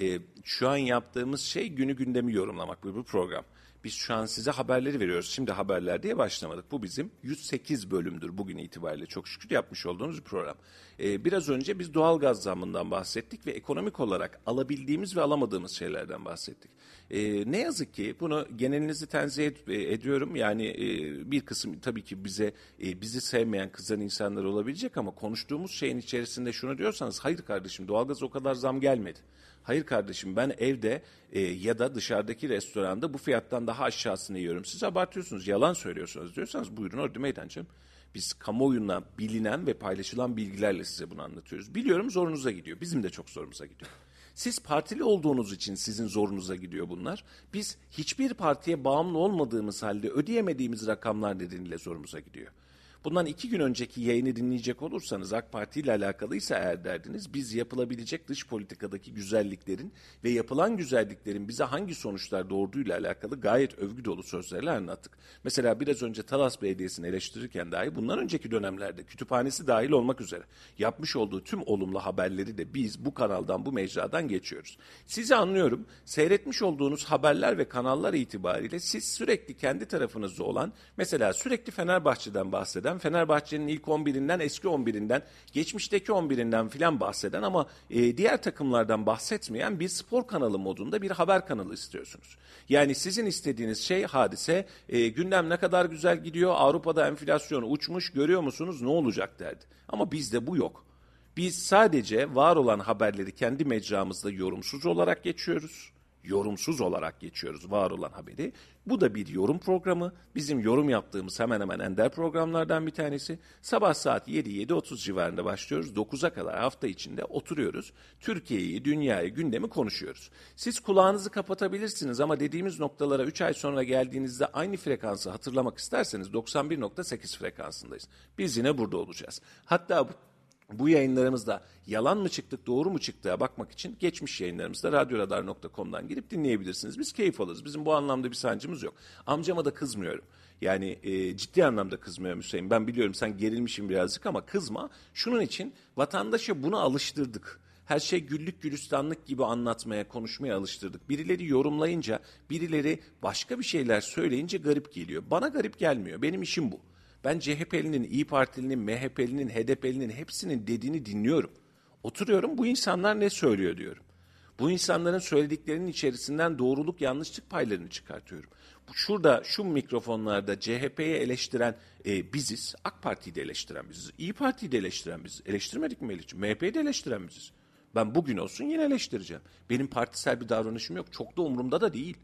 şu an yaptığımız şey günü gündemi yorumlamak bu program. Biz şu an size haberleri veriyoruz. Şimdi haberler diye başlamadık. Bu bizim 108 bölümdür bugün itibariyle çok şükür yapmış olduğumuz bir program. Biraz önce biz doğalgaz zammından bahsettik ve ekonomik olarak alabildiğimiz ve alamadığımız şeylerden bahsettik. Ne yazık ki bunu genelinizi tenzih ediyorum. Yani bir kısım tabii ki bizi sevmeyen, kızan insanlar olabilecek ama konuştuğumuz şeyin içerisinde şunu diyorsanız, hayır kardeşim doğalgaz o kadar zam gelmedi. Hayır kardeşim ben evde ya da dışarıdaki restoranda bu fiyattan daha aşağısını yiyorum. Siz abartıyorsunuz, yalan söylüyorsunuz diyorsanız buyurun orada meydan canım. Biz kamuoyuna bilinen ve paylaşılan bilgilerle size bunu anlatıyoruz. Biliyorum zorunuza gidiyor. Bizim de çok zorumuza gidiyor. Siz partili olduğunuz için sizin zorunuza gidiyor bunlar. Biz hiçbir partiye bağımlı olmadığımız halde ödeyemediğimiz rakamlar nedeniyle zorumuza gidiyor. Bundan 2 gün önceki yayını dinleyecek olursanız AK Parti ile alakalıysa eğer derdiniz, biz yapılabilecek dış politikadaki güzelliklerin ve yapılan güzelliklerin bize hangi sonuçlar doğurduğuyla alakalı gayet övgü dolu sözlerle anlattık. Mesela biraz önce Talas Belediyesi'ni eleştirirken dahi bundan önceki dönemlerde kütüphanesi dahil olmak üzere yapmış olduğu tüm olumlu haberleri de biz bu kanaldan, bu mecradan geçiyoruz. Sizi anlıyorum, seyretmiş olduğunuz haberler ve kanallar itibariyle siz sürekli kendi tarafınızda olan, mesela sürekli Fenerbahçe'den bahseden, Fenerbahçe'nin ilk 11'inden, eski 11'inden, geçmişteki 11'inden filan bahseden ama diğer takımlardan bahsetmeyen bir spor kanalı modunda bir haber kanalı istiyorsunuz. Yani sizin istediğiniz şey hadise, gündem ne kadar güzel gidiyor, Avrupa'da enflasyon uçmuş, görüyor musunuz ne olacak derdi. Ama bizde bu yok. Biz sadece var olan haberleri kendi mecramızda yorumsuz olarak geçiyoruz. Yorumsuz olarak geçiyoruz var olan haberi. Bu da bir yorum programı. Bizim yorum yaptığımız hemen hemen ender programlardan bir tanesi. Sabah saat 7-7.30 civarında başlıyoruz. 9'a kadar hafta içinde oturuyoruz. Türkiye'yi, dünyayı, gündemi konuşuyoruz. Siz kulağınızı kapatabilirsiniz ama dediğimiz noktalara 3 ay sonra geldiğinizde aynı frekansı hatırlamak isterseniz 91.8 frekansındayız. Biz yine burada olacağız. Hatta bu yayınlarımızda yalan mı çıktık, doğru mu çıktığa bakmak için geçmiş yayınlarımızda radyoradar.com'dan girip dinleyebilirsiniz. Biz keyif alırız. Bizim bu anlamda bir sancımız yok. Amcama da kızmıyorum. Yani ciddi anlamda kızmıyorum Hüseyin. Ben biliyorum sen gerilmişsin birazcık ama kızma. Şunun için vatandaşa bunu alıştırdık. Her şey güllük gülistanlık gibi anlatmaya, konuşmaya alıştırdık. Birileri yorumlayınca, birileri başka bir şeyler söyleyince garip geliyor. Bana garip gelmiyor. Benim işim bu. Ben CHP'linin, İYİ Partilinin, MHP'linin, HDP'linin hepsinin dediğini dinliyorum. Oturuyorum bu insanlar ne söylüyor diyorum. Bu insanların söylediklerinin içerisinden doğruluk yanlışlık paylarını çıkartıyorum. Şurada şu mikrofonlarda CHP'yi eleştiren biziz, AK Parti'yi de eleştiren biziz, İYİ Parti'yi de eleştiren biziz. Eleştirmedik mi Melih'ciğim? MHP'yi de eleştiren biziz. Ben bugün olsun yine eleştireceğim. Benim partisel bir davranışım yok. Çok da umurumda da değil.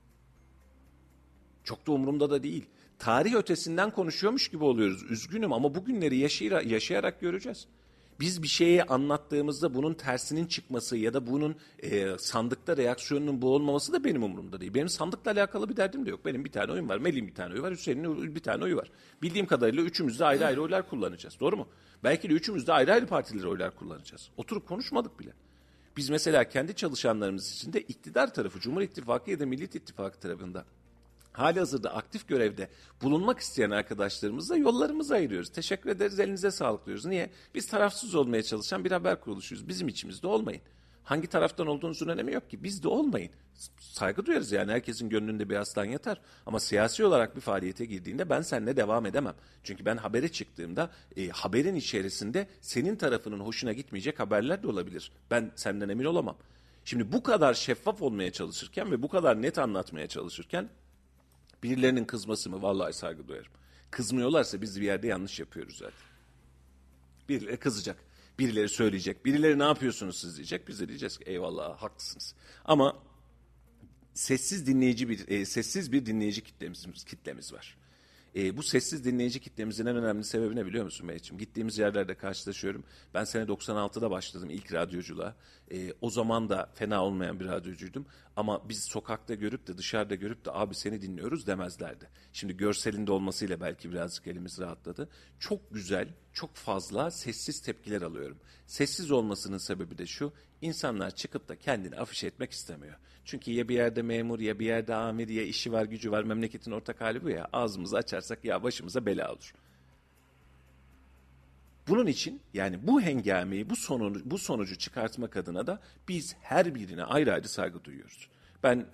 Çok da umurumda da değil. Tarih ötesinden konuşuyormuş gibi oluyoruz. Üzgünüm ama bugünleri yaşayarak göreceğiz. Biz bir şeyi anlattığımızda bunun tersinin çıkması ya da bunun sandıkta reaksiyonunun bu olmaması da benim umurumda değil. Benim sandıkla alakalı bir derdim de yok. Benim bir tane oyum var, Melih'in bir tane oyu var, Hüseyin'in bir tane oyu var. Bildiğim kadarıyla üçümüz de ayrı ayrı oylar kullanacağız. Doğru mu? Belki de üçümüz de ayrı ayrı partilere oylar kullanacağız. Oturup konuşmadık bile. Biz mesela kendi çalışanlarımız için de iktidar tarafı, Cumhur İttifakı ya da Millet İttifakı tarafında halihazırda aktif görevde bulunmak isteyen arkadaşlarımızla yollarımızı ayırıyoruz. Teşekkür ederiz, elinize sağlık diyoruz. Niye? Biz tarafsız olmaya çalışan bir haber kuruluşuyuz. Bizim içimizde olmayın. Hangi taraftan olduğunuzun önemi yok ki. Biz de olmayın. Saygı duyarız yani, herkesin gönlünde bir aslan yatar. Ama siyasi olarak bir faaliyete girdiğinde ben seninle devam edemem. Çünkü ben habere çıktığımda haberin içerisinde senin tarafının hoşuna gitmeyecek haberler de olabilir. Ben senden emin olamam. Şimdi bu kadar şeffaf olmaya çalışırken ve bu kadar net anlatmaya çalışırken birilerinin kızması mı? Vallahi saygı duyarım. Kızmıyorlarsa biz bir yerde yanlış yapıyoruz zaten. Birileri kızacak, birileri söyleyecek, birileri ne yapıyorsunuz siz diyecek. Biz de diyeceğiz ki eyvallah haklısınız. Ama sessiz bir dinleyici kitlemiz var. Bu sessiz dinleyici kitlemizin en önemli sebebi ne biliyor musun Mehmetciğim? Gittiğimiz yerlerde karşılaşıyorum. Ben sene 96'da başladım ilk radyoculuğa. O zaman da fena olmayan bir radyocuydum. Ama biz sokakta görüp de dışarıda görüp de abi seni dinliyoruz demezlerdi. Şimdi görselinde olmasıyla belki birazcık elimiz rahatladı. Çok güzel, çok fazla sessiz tepkiler alıyorum. Sessiz olmasının sebebi de şu: İnsanlar çıkıp da kendini afiş etmek istemiyor. Çünkü ya bir yerde memur, ya bir yerde amir, ya işi var, gücü var. Memleketin ortak hali bu ya. Ağzımızı açarsak ya başımıza bela olur. Bunun için yani bu hengameyi, bu sonucu çıkartmak adına da biz her birine ayrı ayrı saygı duyuyoruz. Ben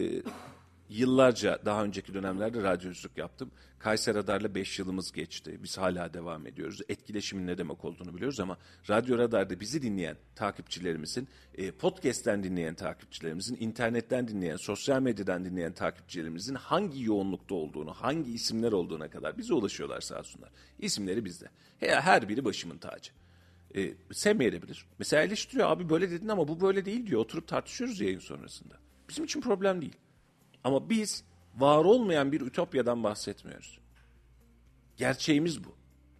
yıllarca daha önceki dönemlerde radyoculuk yaptım. Kayseri Radar'la 5 yılımız geçti. Biz hala devam ediyoruz. Etkileşimin ne demek olduğunu biliyoruz ama Radyo Radar'da bizi dinleyen takipçilerimizin, podcast'ten dinleyen takipçilerimizin, internetten dinleyen, sosyal medyadan dinleyen takipçilerimizin hangi yoğunlukta olduğunu, hangi isimler olduğuna kadar bize ulaşıyorlar sağ olsunlar. İsimleri bizde. Her biri başımın tacı. Sevmeyebilir. Mesela eleştiriyor, abi böyle dedin ama bu böyle değil diyor. Oturup tartışıyoruz yayın sonrasında. Bizim için problem değil. Ama biz var olmayan bir ütopyadan bahsetmiyoruz. Gerçeğimiz bu.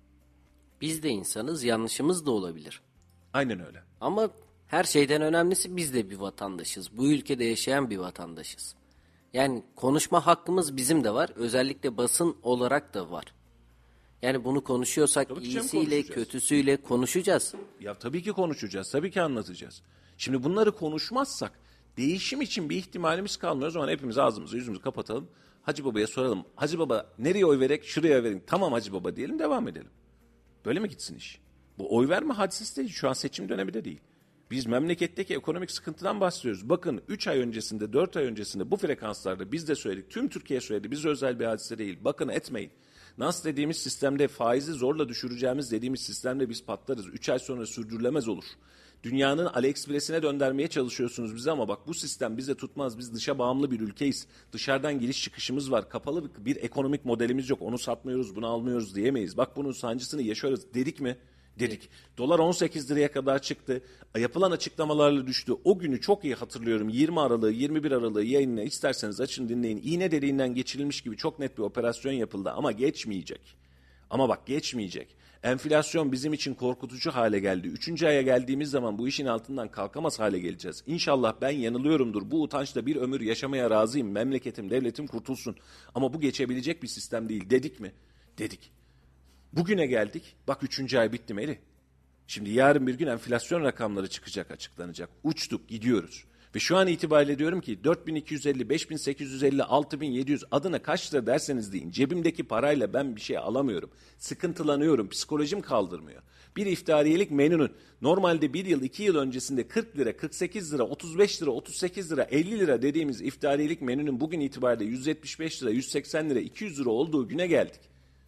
Biz de insanız, yanlışımız da olabilir. Aynen öyle. Ama her şeyden önemlisi biz de bir vatandaşız. Bu ülkede yaşayan bir vatandaşız. Yani konuşma hakkımız bizim de var. Özellikle basın olarak da var. Yani bunu konuşuyorsak Tabii ki canım, iyisiyle, konuşacağız. kötüsüyle konuşacağız. Ya tabii ki konuşacağız, tabii ki anlatacağız. Şimdi bunları konuşmazsak değişim için bir ihtimalimiz kalmıyor. O zaman hepimiz ağzımızı yüzümüzü kapatalım. Hacı Baba'ya soralım. Hacı Baba nereye oy vererek? Şuraya verin. Tamam Hacı Baba diyelim, devam edelim. Böyle mi gitsin iş? Bu oy verme hadisesi değil. Şu an seçim dönemi de değil. Biz memleketteki ekonomik sıkıntıdan bahsediyoruz. Bakın 3 ay öncesinde, 4 ay öncesinde bu frekanslarda biz de söyledik. Tüm Türkiye söyledi. Bize özel bir hadise değil. Bakın etmeyin. Nas dediğimiz sistemde, faizi zorla düşüreceğimiz dediğimiz sistemde biz patlarız. 3 ay sonra sürdürülemez olur. Dünyanın AliExpress'ine döndürmeye çalışıyorsunuz bizi ama bak bu sistem bize tutmaz. Biz dışa bağımlı bir ülkeyiz. Dışarıdan giriş çıkışımız var. Kapalı bir ekonomik modelimiz yok. Onu satmıyoruz, bunu almıyoruz diyemeyiz. Bak bunun sancısını yaşarız dedik mi? Dedik. Dolar 18 liraya kadar çıktı. Yapılan açıklamalarla düştü. O günü çok iyi hatırlıyorum. 20 Aralık'ı, 21 Aralık'ı yayınına isterseniz açın dinleyin. İğne deliğinden geçirilmiş gibi çok net bir operasyon yapıldı ama geçmeyecek. Ama bak geçmeyecek. Enflasyon bizim için korkutucu hale geldi. 3. aya geldiğimiz zaman bu işin altından kalkamaz hale geleceğiz. İnşallah ben yanılıyorumdur. Bu utançla bir ömür yaşamaya razıyım. Memleketim, devletim kurtulsun. Ama bu geçebilecek bir sistem değil. Dedik mi? Dedik. Bugüne geldik. Bak 3. ay bitti Meli. Şimdi yarın bir gün enflasyon rakamları çıkacak, açıklanacak. Uçtuk, gidiyoruz. Ve şu an itibariyle diyorum ki 4250, 5850, 6700 adına kaç lira derseniz deyin. Cebimdeki parayla ben bir şey alamıyorum. Sıkıntılanıyorum, psikolojim kaldırmıyor. Bir iftariyelik menünün normalde 1 yıl, 2 yıl öncesinde 40 lira, 48 lira, 35 lira, 38 lira, 50 lira dediğimiz iftariyelik menünün bugün itibariyle 175 lira, 180 lira, 200 lira olduğu güne geldik.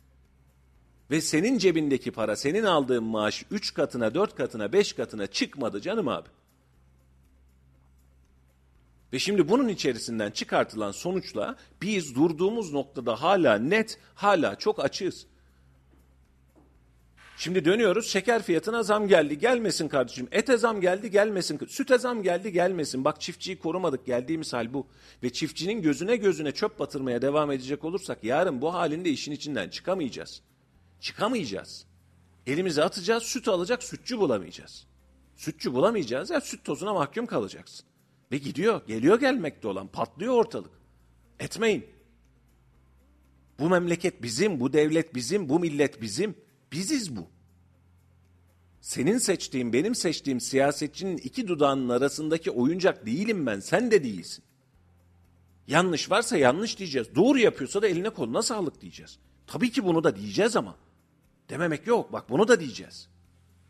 Ve senin cebindeki para, senin aldığın maaş 3 katına, 4 katına, 5 katına çıkmadı canım abi. Ve şimdi bunun içerisinden çıkartılan sonuçla biz durduğumuz noktada hala net, hala çok açığız. Şimdi dönüyoruz, şeker fiyatına zam geldi, gelmesin kardeşim. Ete zam geldi, gelmesin. Süte zam geldi, gelmesin. Bak çiftçiyi korumadık, geldiğimiz hal bu. Ve çiftçinin gözüne çöp batırmaya devam edecek olursak yarın bu halinde işin içinden çıkamayacağız. Çıkamayacağız. Elimize atacağız, süt alacak, sütçü bulamayacağız. Sütçü bulamayacağız ya, süt tozuna mahkum kalacaksın. Ve gidiyor, geliyor gelmekte olan, patlıyor ortalık. Etmeyin. Bu memleket bizim, bu devlet bizim, bu millet bizim. Biziz bu. Senin seçtiğin, benim seçtiğim siyasetçinin iki dudağının arasındaki oyuncak değilim ben, sen de değilsin. Yanlış varsa yanlış diyeceğiz. Doğru yapıyorsa da eline koluna sağlık diyeceğiz. Tabii ki bunu da diyeceğiz ama. Dememek yok, bak bunu da diyeceğiz.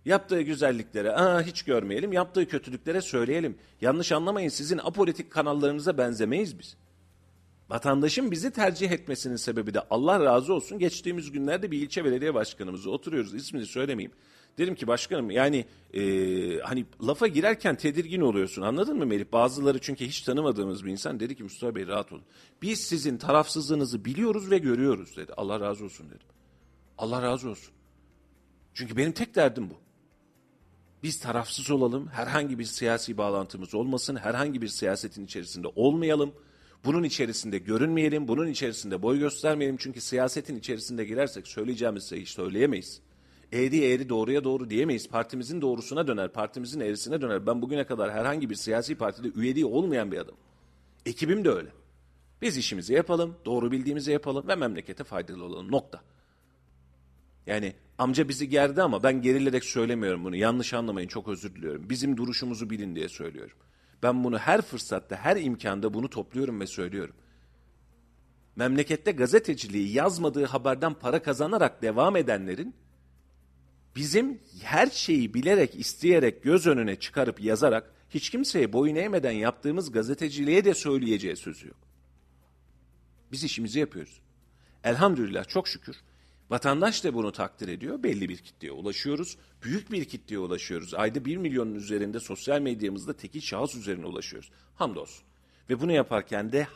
Yaptığı güzelliklere hiç görmeyelim, yaptığı kötülüklere söyleyelim. Yanlış anlamayın, sizin apolitik kanallarınıza benzemeyiz biz. Vatandaşın bizi tercih etmesinin sebebi de Allah razı olsun. Geçtiğimiz günlerde bir ilçe belediye başkanımızla oturuyoruz, ismini söylemeyeyim. Dedim ki başkanım yani hani lafa girerken tedirgin oluyorsun, anladın mı Melih? Bazıları çünkü hiç tanımadığımız bir insan dedi ki Mustafa Bey rahat olun. Biz sizin tarafsızlığınızı biliyoruz ve görüyoruz dedi. Allah razı olsun dedim. Allah razı olsun. Çünkü benim tek derdim bu. Biz tarafsız olalım, herhangi bir siyasi bağlantımız olmasın, herhangi bir siyasetin içerisinde olmayalım. Bunun içerisinde görünmeyelim, bunun içerisinde boy göstermeyelim. Çünkü siyasetin içerisinde girersek söyleyeceğimiz şeyi hiç söyleyemeyiz. Eğri eğri doğruya doğru diyemeyiz. Partimizin doğrusuna döner, partimizin eğrisine döner. Ben bugüne kadar herhangi bir siyasi partide üyeliği olmayan bir adam. Ekibim de öyle. Biz işimizi yapalım, doğru bildiğimizi yapalım ve memlekete faydalı olalım. Nokta. Yani amca bizi gerdi ama ben gerilerek söylemiyorum bunu. Yanlış anlamayın, çok özür diliyorum. Bizim duruşumuzu bilin diye söylüyorum. Ben bunu her fırsatta, her imkanda bunu topluyorum ve söylüyorum. Memlekette gazeteciliği yazmadığı haberden para kazanarak devam edenlerin bizim her şeyi bilerek, isteyerek, göz önüne çıkarıp yazarak hiç kimseye boyun eğmeden yaptığımız gazeteciliğe de söyleyeceği sözü yok. Biz işimizi yapıyoruz. Elhamdülillah çok şükür. Vatandaş da bunu takdir ediyor. Belli bir kitleye ulaşıyoruz. Büyük bir kitleye ulaşıyoruz. Ayda 1 milyonun üzerinde sosyal medyamızda tekil şahıs üzerine ulaşıyoruz. Hamdolsun. Ve bunu yaparken de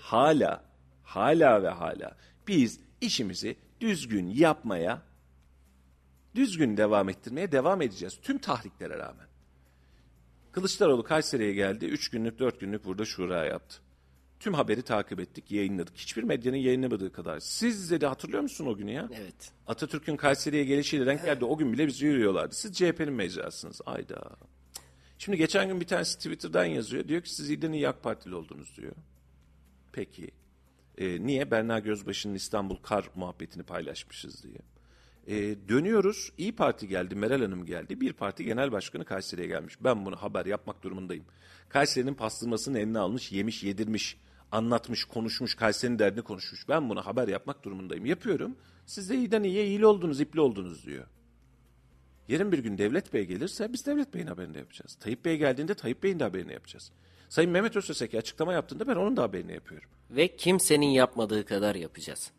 hala biz işimizi düzgün yapmaya, düzgün devam ettirmeye devam edeceğiz. Tüm tahriklere rağmen. Kılıçdaroğlu Kayseri'ye geldi. 3 günlük 4 günlük burada şura yaptı. Tüm haberi takip ettik, yayınladık. Hiçbir medyanın yayınlamadığı kadar. Siz de hatırlıyor musun o günü ya? Evet. Atatürk'ün Kayseri'ye gelişiyle denk geldi. O gün bile bizi yürüyorlardı. Siz CHP'nin mecrasınız. Ayda. Şimdi geçen gün bir tanesi Twitter'dan yazıyor. Diyor ki siz İYİ'den iyi AK Partili oldunuz diyor. Peki. Niye? Berna Gözbaşı'nın İstanbul Kar muhabbetini paylaşmışız diye. Dönüyoruz. İyi Parti geldi. Meral Hanım geldi. Bir parti genel başkanı Kayseri'ye gelmiş. Ben bunu haber yapmak durumundayım. Kayseri'nin pastırmasını eline almış, yemiş, yedirmiş, anlatmış, konuşmuş, Kayseri'nin derdini konuşmuş. Ben bunu haber yapmak durumundayım. Yapıyorum. Siz de iyiden iyiye iyili oldunuz, ipli oldunuz diyor. Yarın bir gün Devlet Bey gelirse biz Devlet Bey'in haberini yapacağız. Tayyip Bey geldiğinde Tayyip Bey'in de haberini yapacağız. Sayın Mehmet Öztürk açıklama yaptığında ben onun da haberini yapıyorum. Ve kimsenin yapmadığı kadar yapacağız.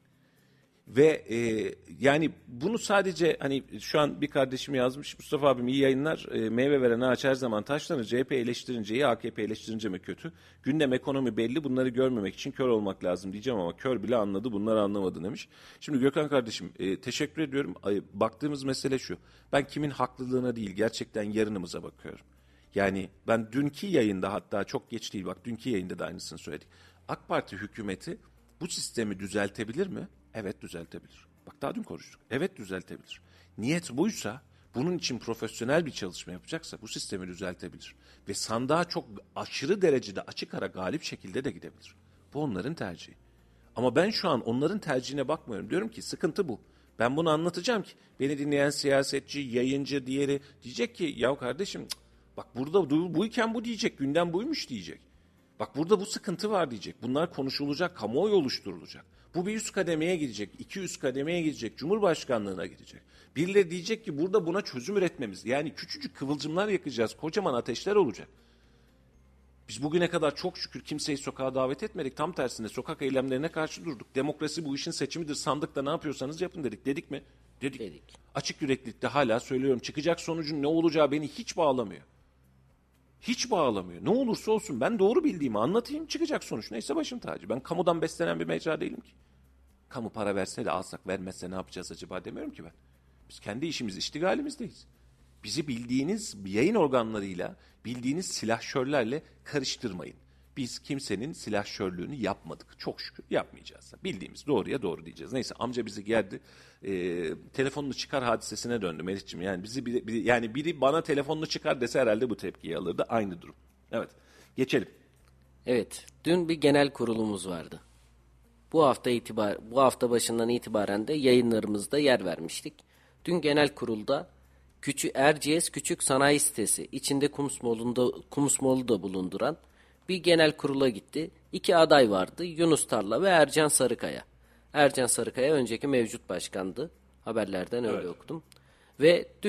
Ve yani bunu sadece hani şu an bir kardeşim yazmış, Mustafa abim iyi yayınlar, meyve veren ağaç her zaman taşlanır, CHP eleştirince iyi, AKP eleştirince mi kötü? Gündem ekonomi belli, bunları görmemek için kör olmak lazım diyeceğim ama kör bile anladı, bunları anlamadı demiş. Şimdi Gökhan kardeşim teşekkür ediyorum. Baktığımız mesele şu, ben kimin haklılığına değil gerçekten yarınımıza bakıyorum. Yani ben dünkü yayında, hatta çok geç değil bak, dünkü yayında da aynısını söyledik. AK Parti hükümeti bu sistemi düzeltebilir mi? Evet düzeltebilir. Bak daha dün konuştuk. Evet düzeltebilir. Niyet buysa, bunun için profesyonel bir çalışma yapacaksa bu sistemi düzeltebilir. Ve sandığa çok aşırı derecede açık ara galip şekilde de gidebilir. Bu onların tercihi. Ama ben şu an onların tercihine bakmıyorum. Diyorum ki sıkıntı bu. Ben bunu anlatacağım ki beni dinleyen siyasetçi, yayıncı, diğeri diyecek ki ya kardeşim bak burada buyken bu diyecek, gündem buymuş diyecek. Bak burada bu sıkıntı var diyecek. Bunlar konuşulacak, kamuoyu oluşturulacak. Bu bir üst kademeye gidecek, 2 üst kademeye gidecek, Cumhurbaşkanlığına gidecek. Birileri diyecek ki burada buna çözüm üretmemiz. Yani küçücük kıvılcımlar yakacağız, kocaman ateşler olacak. Biz bugüne kadar çok şükür kimseyi sokağa davet etmedik. Tam tersine sokak eylemlerine karşı durduk. Demokrasi bu işin seçimidir, sandıkta ne yapıyorsanız yapın dedik. Dedik mi? Dedik. Açık yüreklilikte hala söylüyorum. Çıkacak sonucun ne olacağı beni hiç bağlamıyor. Hiç bağlamıyor. Ne olursa olsun ben doğru bildiğimi anlatayım, çıkacak sonuç neyse başım tacı. Ben kamudan beslenen bir mecra değilim ki. Kamu para verse de alsak, vermezse ne yapacağız acaba demiyorum ki ben. Biz kendi işimiz, iştigalimizdeyiz. Bizi bildiğiniz yayın organlarıyla, bildiğiniz silahşörlerle karıştırmayın. Biz kimsenin silahşörlüğünü yapmadık. Çok şükür yapmayacağız. Bildiğimiz doğruya doğru diyeceğiz. Neyse amca bizi gerdi. Telefonunu çıkar hadisesine döndü Melih'ciğim. Yani biri bana telefonunu çıkar dese herhalde bu tepkiyi alırdı. Aynı durum. Evet. Geçelim. Evet. Dün bir genel kurulumuz vardı. Bu hafta başından itibaren de yayınlarımızda yer vermiştik. Dün genel kurulda Erciyes Küçük Sanayi Sitesi içinde Kumusmoğlu da bulunduran bir genel kurula gitti. 2 aday vardı. Yunus Tarla ve Ercan Sarıkaya. Ercan Sarıkaya önceki mevcut başkandı. Haberlerden öyle okudum. Ve dün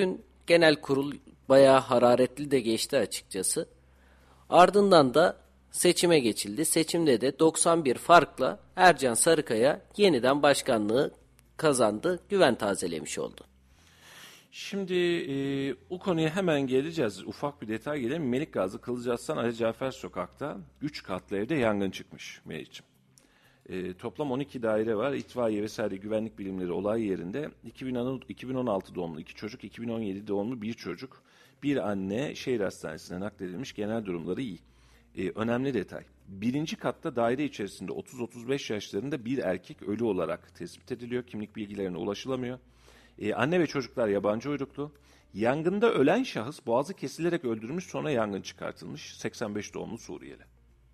Genel kurul bayağı hararetli de geçti açıkçası. Ardından da seçime geçildi. Seçimde de 91 farkla Ercan Sarıkaya yeniden başkanlığı kazandı. Güven tazelemiş oldu. Şimdi o konuya hemen geleceğiz. Ufak bir detay gelelim. Melikgazi Kılıçarslan Ali Cafer Sokak'ta 3 katlı evde yangın çıkmış Meriç'im. Toplam 12 daire var. İtfaiye vesaire güvenlik birimleri olay yerinde. 2016 doğumlu 2 çocuk, 2017 doğumlu 1 çocuk. Bir anne şehir hastanesine nakledilmiş. Genel durumları iyi. Önemli detay. Birinci katta daire içerisinde 30-35 yaşlarında bir erkek ölü olarak tespit ediliyor. Kimlik bilgilerine ulaşılamıyor. Anne ve çocuklar yabancı uyruklu. Yangında ölen şahıs boğazı kesilerek öldürülmüş, sonra yangın çıkartılmış. 85 doğumlu Suriyeli.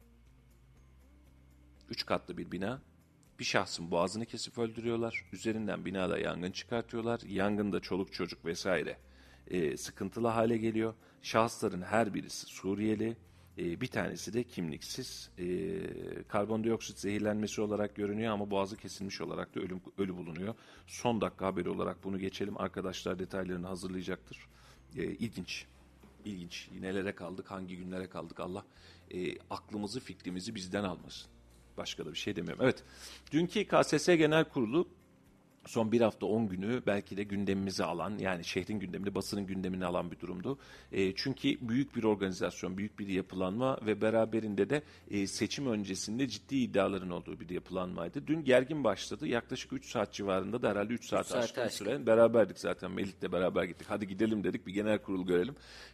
3 katlı bir bina. Bir şahsın boğazını kesip öldürüyorlar. Üzerinden binada yangın çıkartıyorlar. Yangında çoluk çocuk vesaire sıkıntılı hale geliyor. Şahısların her birisi Suriyeli. Bir tanesi de kimliksiz. Karbondioksit zehirlenmesi olarak görünüyor ama boğazı kesilmiş olarak da ölü bulunuyor. Son dakika haberi olarak bunu geçelim. Arkadaşlar detaylarını hazırlayacaktır. İlginç. İlginç. Nelere kaldık, hangi günlere kaldık, Allah aklımızı, fikrimizi bizden almasın. Başka da bir şey demiyorum. Evet, dünkü KSS Genel Kurulu son bir hafta 10 günü belki de gündemimizi alan, yani şehrin gündemini, basının gündemini alan bir durumdu. Çünkü büyük bir organizasyon, büyük bir yapılanma ve beraberinde de seçim öncesinde ciddi iddiaların olduğu bir yapılanmaydı. Dün gergin başladı. Yaklaşık 3 saat civarında da, herhalde 3 saat aşkın süre beraberdik zaten. Melih'le beraber gittik. Hadi gidelim dedik, bir genel kurul görelim.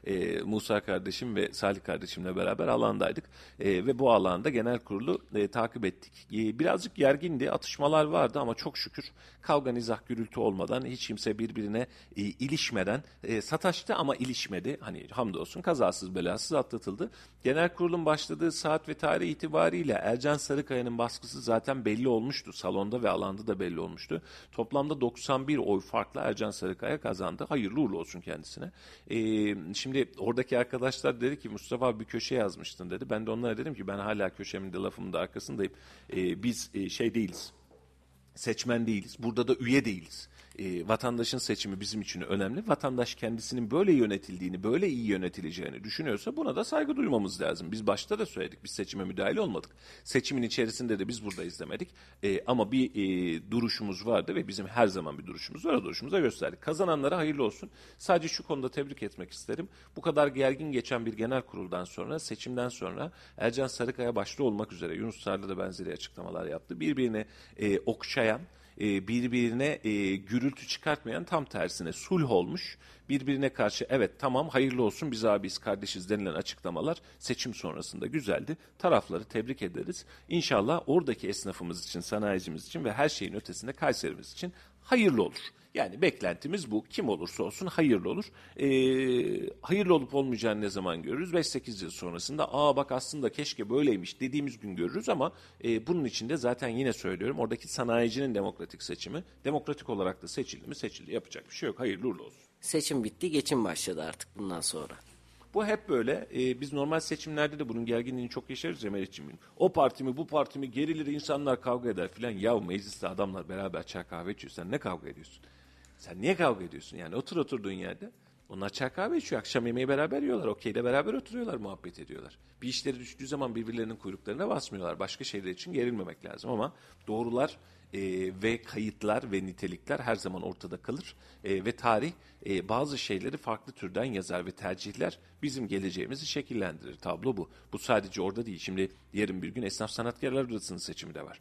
Musa kardeşim ve Salih kardeşimle beraber alandaydık. Ve bu alanda genel kurulu takip ettik. Birazcık gergindi, atışmalar vardı ama çok şükür kavga, nizah, gürültü olmadan, hiç kimse birbirine ilişmeden, sataştı ama ilişmedi. Hani hamdolsun kazasız belasız atlatıldı. Genel kurulun başladığı saat ve tarih itibariyle Ercan Sarıkaya'nın baskısı zaten belli olmuştu. Salonda ve alanda da belli olmuştu. Toplamda 91 oy farkla Ercan Sarıkaya kazandı. Hayırlı uğurlu olsun kendisine. Şimdi oradaki arkadaşlar dedi ki, Mustafa abi bir köşe yazmıştın dedi. Ben de onlara dedim ki ben hala köşemin de lafımın da arkasındayım. Biz şey değiliz. Seçmen değiliz. Burada da üye değiliz. Vatandaşın seçimi bizim için önemli. Vatandaş kendisinin böyle yönetildiğini, böyle iyi yönetileceğini düşünüyorsa buna da saygı duymamız lazım. Biz başta da söyledik. Biz seçime müdahil olmadık. Seçimin içerisinde de biz burada izlemedik. Ama bir duruşumuz vardı ve bizim her zaman bir duruşumuz var. O duruşumuza gösterdik. Kazananlara hayırlı olsun. Sadece şu konuda tebrik etmek isterim. Bu kadar gergin geçen bir genel kuruldan sonra, seçimden sonra Ercan Sarıkaya başta olmak üzere Yunus Sarlı da benzeri açıklamalar yaptı. Birbirine okşayan, birbirine gürültü çıkartmayan, tam tersine sulh olmuş, birbirine karşı evet tamam hayırlı olsun biz abiyiz kardeşiz denilen açıklamalar seçim sonrasında güzeldi. Tarafları tebrik ederiz. İnşallah oradaki esnafımız için, sanayicimiz için ve her şeyin ötesinde Kayserimiz için hayırlı olur. Yani beklentimiz bu. Kim olursa olsun hayırlı olur. Hayırlı olup olmayacağını ne zaman görürüz? 5-8 yıl sonrasında bak aslında keşke böyleymiş dediğimiz gün görürüz ama bunun için de zaten yine söylüyorum, oradaki sanayicinin demokratik seçimi, demokratik olarak da seçildi mi seçildi. Yapacak bir şey yok. Hayırlı uğurlu olsun. Seçim bitti, geçim başladı artık bundan sonra. Bu hep böyle. Biz normal seçimlerde de bunun gerginliğini çok yaşarız ya Meriç'ciğim. O parti mi bu parti mi, gerilir, insanlar kavga eder filan. Ya mecliste adamlar beraber çay kahve içiyor. Sen ne kavga ediyorsun? Sen niye kavga ediyorsun? Yani oturduğun yerde onlar çay kahve içiyor. Akşam yemeği beraber yiyorlar. Okey'de beraber oturuyorlar, muhabbet ediyorlar. Bir işleri düştüğü zaman birbirlerinin kuyruklarına basmıyorlar. Başka şeyler için gerilmemek lazım ama doğrular ve kayıtlar ve nitelikler her zaman ortada kalır. Ve tarih bazı şeyleri farklı türden yazar ve tercihler bizim geleceğimizi şekillendirir. Tablo bu. Bu sadece orada değil. Şimdi yarın bir gün esnaf sanatkarlar odasının seçimi de var.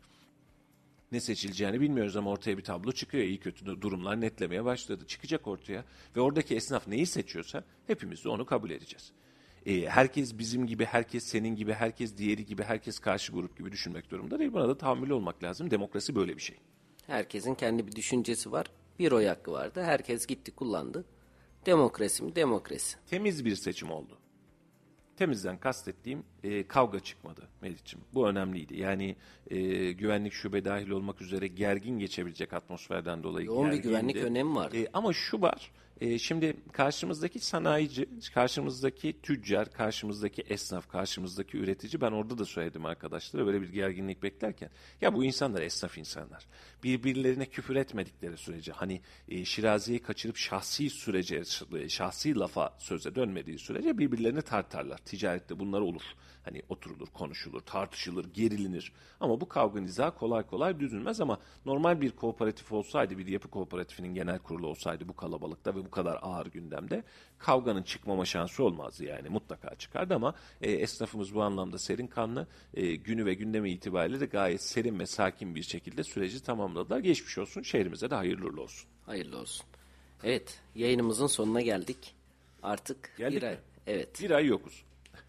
Ne seçileceğini bilmiyoruz ama ortaya bir tablo çıkıyor. İyi kötü durumlar netlemeye başladı. Çıkacak ortaya ve oradaki esnaf neyi seçiyorsa hepimiz de onu kabul edeceğiz. Herkes bizim gibi, herkes senin gibi, herkes diğeri gibi, herkes karşı grup gibi düşünmek durumunda değil. Buna da tahammülü olmak lazım. Demokrasi böyle bir şey. Herkesin kendi bir düşüncesi var. Bir oy hakkı vardı. Herkes gitti kullandı. Demokrasi mi? Demokrasi. Temiz bir seçim oldu. Temizden kastettiğim kavga çıkmadı Melih'ciğim. Bu önemliydi. Yani güvenlik şube dahil olmak üzere gergin geçebilecek atmosferden dolayı Yoğun bir gergindi. güvenlik önemi vardı. Ama şu var, Şimdi karşımızdaki sanayici, karşımızdaki tüccar, karşımızdaki esnaf, karşımızdaki üretici, ben orada da söyledim arkadaşlara böyle bir gerginlik beklerken. Ya bu insanlar esnaf insanlar. Birbirlerine küfür etmedikleri sürece, hani Şirazi'yi kaçırıp şahsi lafa söze dönmediği sürece birbirlerini tartarlar. Ticarette bunlar olur. Hani oturulur, konuşulur, tartışılır, gerilinir. Ama bu kavga niza kolay kolay düzülmez, ama normal bir kooperatif olsaydı, bir yapı kooperatifinin genel kurulu olsaydı bu kalabalıkta ve bu kadar ağır gündemde kavganın çıkmama şansı olmazdı yani, mutlaka çıkardı, ama esnafımız bu anlamda serin kanlı, günü ve gündemi itibariyle de gayet serin ve sakin bir şekilde süreci tamamladılar. Geçmiş olsun, şehrimize de hayırlı uğurlu olsun. Hayırlı olsun. Evet, yayınımızın sonuna geldik. Artık Geldik bir ay. mi? Evet. Bir ay yokuz.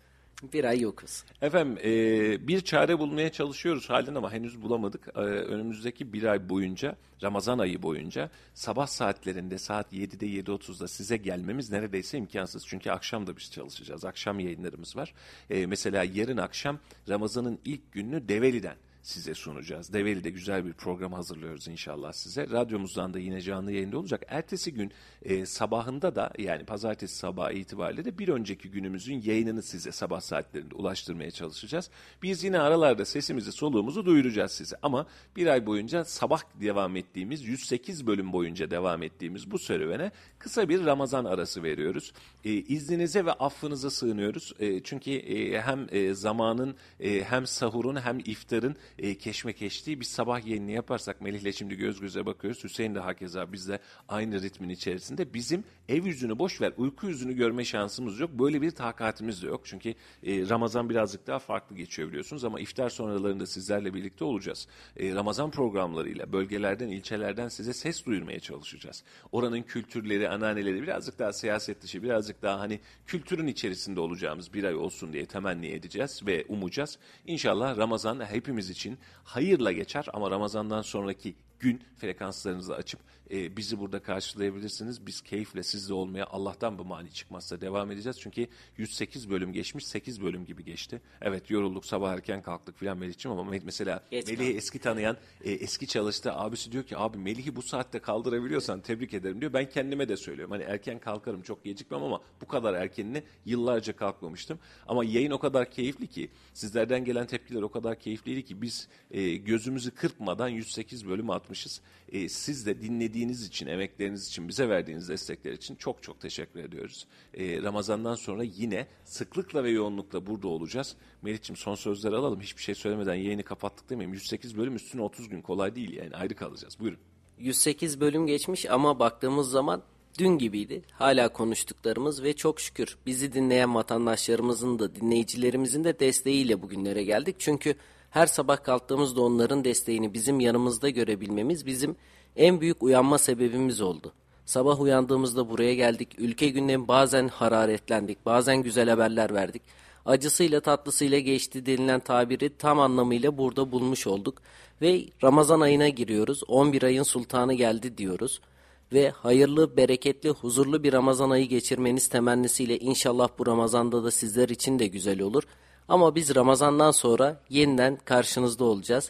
Bir ay yokuz. Efendim bir çare bulmaya çalışıyoruz halen ama henüz bulamadık. Önümüzdeki bir ay boyunca, Ramazan ayı boyunca sabah saatlerinde saat 7'de 7.30'da size gelmemiz neredeyse imkansız. Çünkü akşam da biz çalışacağız. Akşam yayınlarımız var. Mesela yarın akşam Ramazan'ın ilk gününü Develi'den size sunacağız. Develi'de güzel bir program hazırlıyoruz inşallah size. Radyomuzdan da yine canlı yayında olacak. Ertesi gün sabahında da, yani pazartesi sabahı itibariyle de bir önceki günümüzün yayınını size sabah saatlerinde ulaştırmaya çalışacağız. Biz yine aralarda sesimizi, soluğumuzu duyuracağız size. Ama bir ay boyunca sabah devam ettiğimiz, 108 bölüm boyunca devam ettiğimiz bu serüvene kısa bir Ramazan arası veriyoruz. İzninize ve affınıza sığınıyoruz. Çünkü hem zamanın, hem sahurun, hem iftarın keşmekeştiği bir sabah yayını yaparsak, Melih'le şimdi göz göze bakıyoruz. Hüseyin de hakeza, biz de aynı ritmin içerisinde. Bizim ev yüzünü boş ver, uyku yüzünü görme şansımız yok. Böyle bir takatimiz de yok. Çünkü Ramazan birazcık daha farklı geçiyor biliyorsunuz, ama iftar sonralarında sizlerle birlikte olacağız. Ramazan programlarıyla bölgelerden, ilçelerden size ses duyurmaya çalışacağız. Oranın kültürleri, ananeleri, birazcık daha siyaset dışı, birazcık daha hani kültürün içerisinde olacağımız bir ay olsun diye temenni edeceğiz ve umacağız. İnşallah Ramazan hepimiz için hayırla geçer, ama Ramazan'dan sonraki gün frekanslarınızı açıp bizi burada karşılayabilirsiniz. Biz keyifle sizle olmaya, Allah'tan bu mani çıkmazsa, devam edeceğiz. Çünkü 108 bölüm geçmiş, 8 bölüm gibi geçti. Evet, yorulduk, sabah erken kalktık filan Melih'ciğim, ama mesela Melih'i eski tanıyan, eski çalıştı abisi diyor ki, abi Melih'i bu saatte kaldırabiliyorsan tebrik ederim diyor. Ben kendime de söylüyorum. Hani erken kalkarım, çok gecikmem, ama bu kadar erkenine yıllarca kalkmamıştım. Ama yayın o kadar keyifli ki, sizlerden gelen tepkiler o kadar keyifliydi ki, biz gözümüzü kırpmadan 108 bölüm atmışız. Siz de dinlediğiniz için, emekleriniz için, bize verdiğiniz destekler için çok çok teşekkür ediyoruz. Ramazan'dan sonra yine sıklıkla ve yoğunlukla burada olacağız. Melih'ciğim, son sözleri alalım. Hiçbir şey söylemeden yayını kapattık demeyeyim. 108 bölüm üstüne 30 gün kolay değil yani, ayrı kalacağız. Buyurun. 108 bölüm geçmiş ama baktığımız zaman dün gibiydi. Hala konuştuklarımız ve çok şükür bizi dinleyen vatandaşlarımızın da, dinleyicilerimizin de desteğiyle bugünlere geldik. Çünkü her sabah kalktığımızda onların desteğini bizim yanımızda görebilmemiz bizim en büyük uyanma sebebimiz oldu. Sabah uyandığımızda buraya geldik. Ülke gündemi, bazen hararetlendik, bazen güzel haberler verdik. Acısıyla tatlısıyla geçti denilen tabiri tam anlamıyla burada bulmuş olduk. Ve Ramazan ayına giriyoruz. 11 ayın sultanı geldi diyoruz. Ve hayırlı, bereketli, huzurlu bir Ramazan ayı geçirmeniz temennisiyle inşallah bu Ramazan'da da sizler için de güzel olur. Ama biz Ramazan'dan sonra yeniden karşınızda olacağız.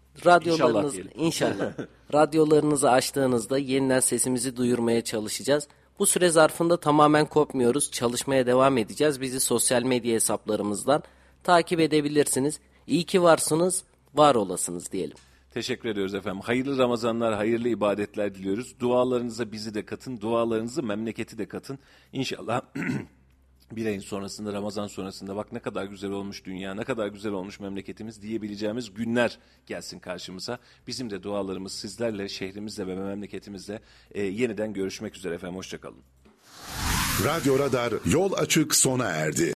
İnşallah. Radyolarınızı açtığınızda yeniden sesimizi duyurmaya çalışacağız. Bu süre zarfında tamamen kopmuyoruz. Çalışmaya devam edeceğiz. Bizi sosyal medya hesaplarımızdan takip edebilirsiniz. İyi ki varsınız, var olasınız diyelim. Teşekkür ediyoruz efendim. Hayırlı Ramazanlar, hayırlı ibadetler diliyoruz. Dualarınıza bizi de katın, dualarınızı memleketi de katın. İnşallah bir ayın sonrasında, Ramazan sonrasında, bak ne kadar güzel olmuş dünya, ne kadar güzel olmuş memleketimiz diyebileceğimiz günler gelsin karşımıza. Bizim de dualarımız sizlerle, şehrimizle ve memleketimizle yeniden görüşmek üzere efendim. Hoşçakalın. Radyo Radar yol açık sona erdi.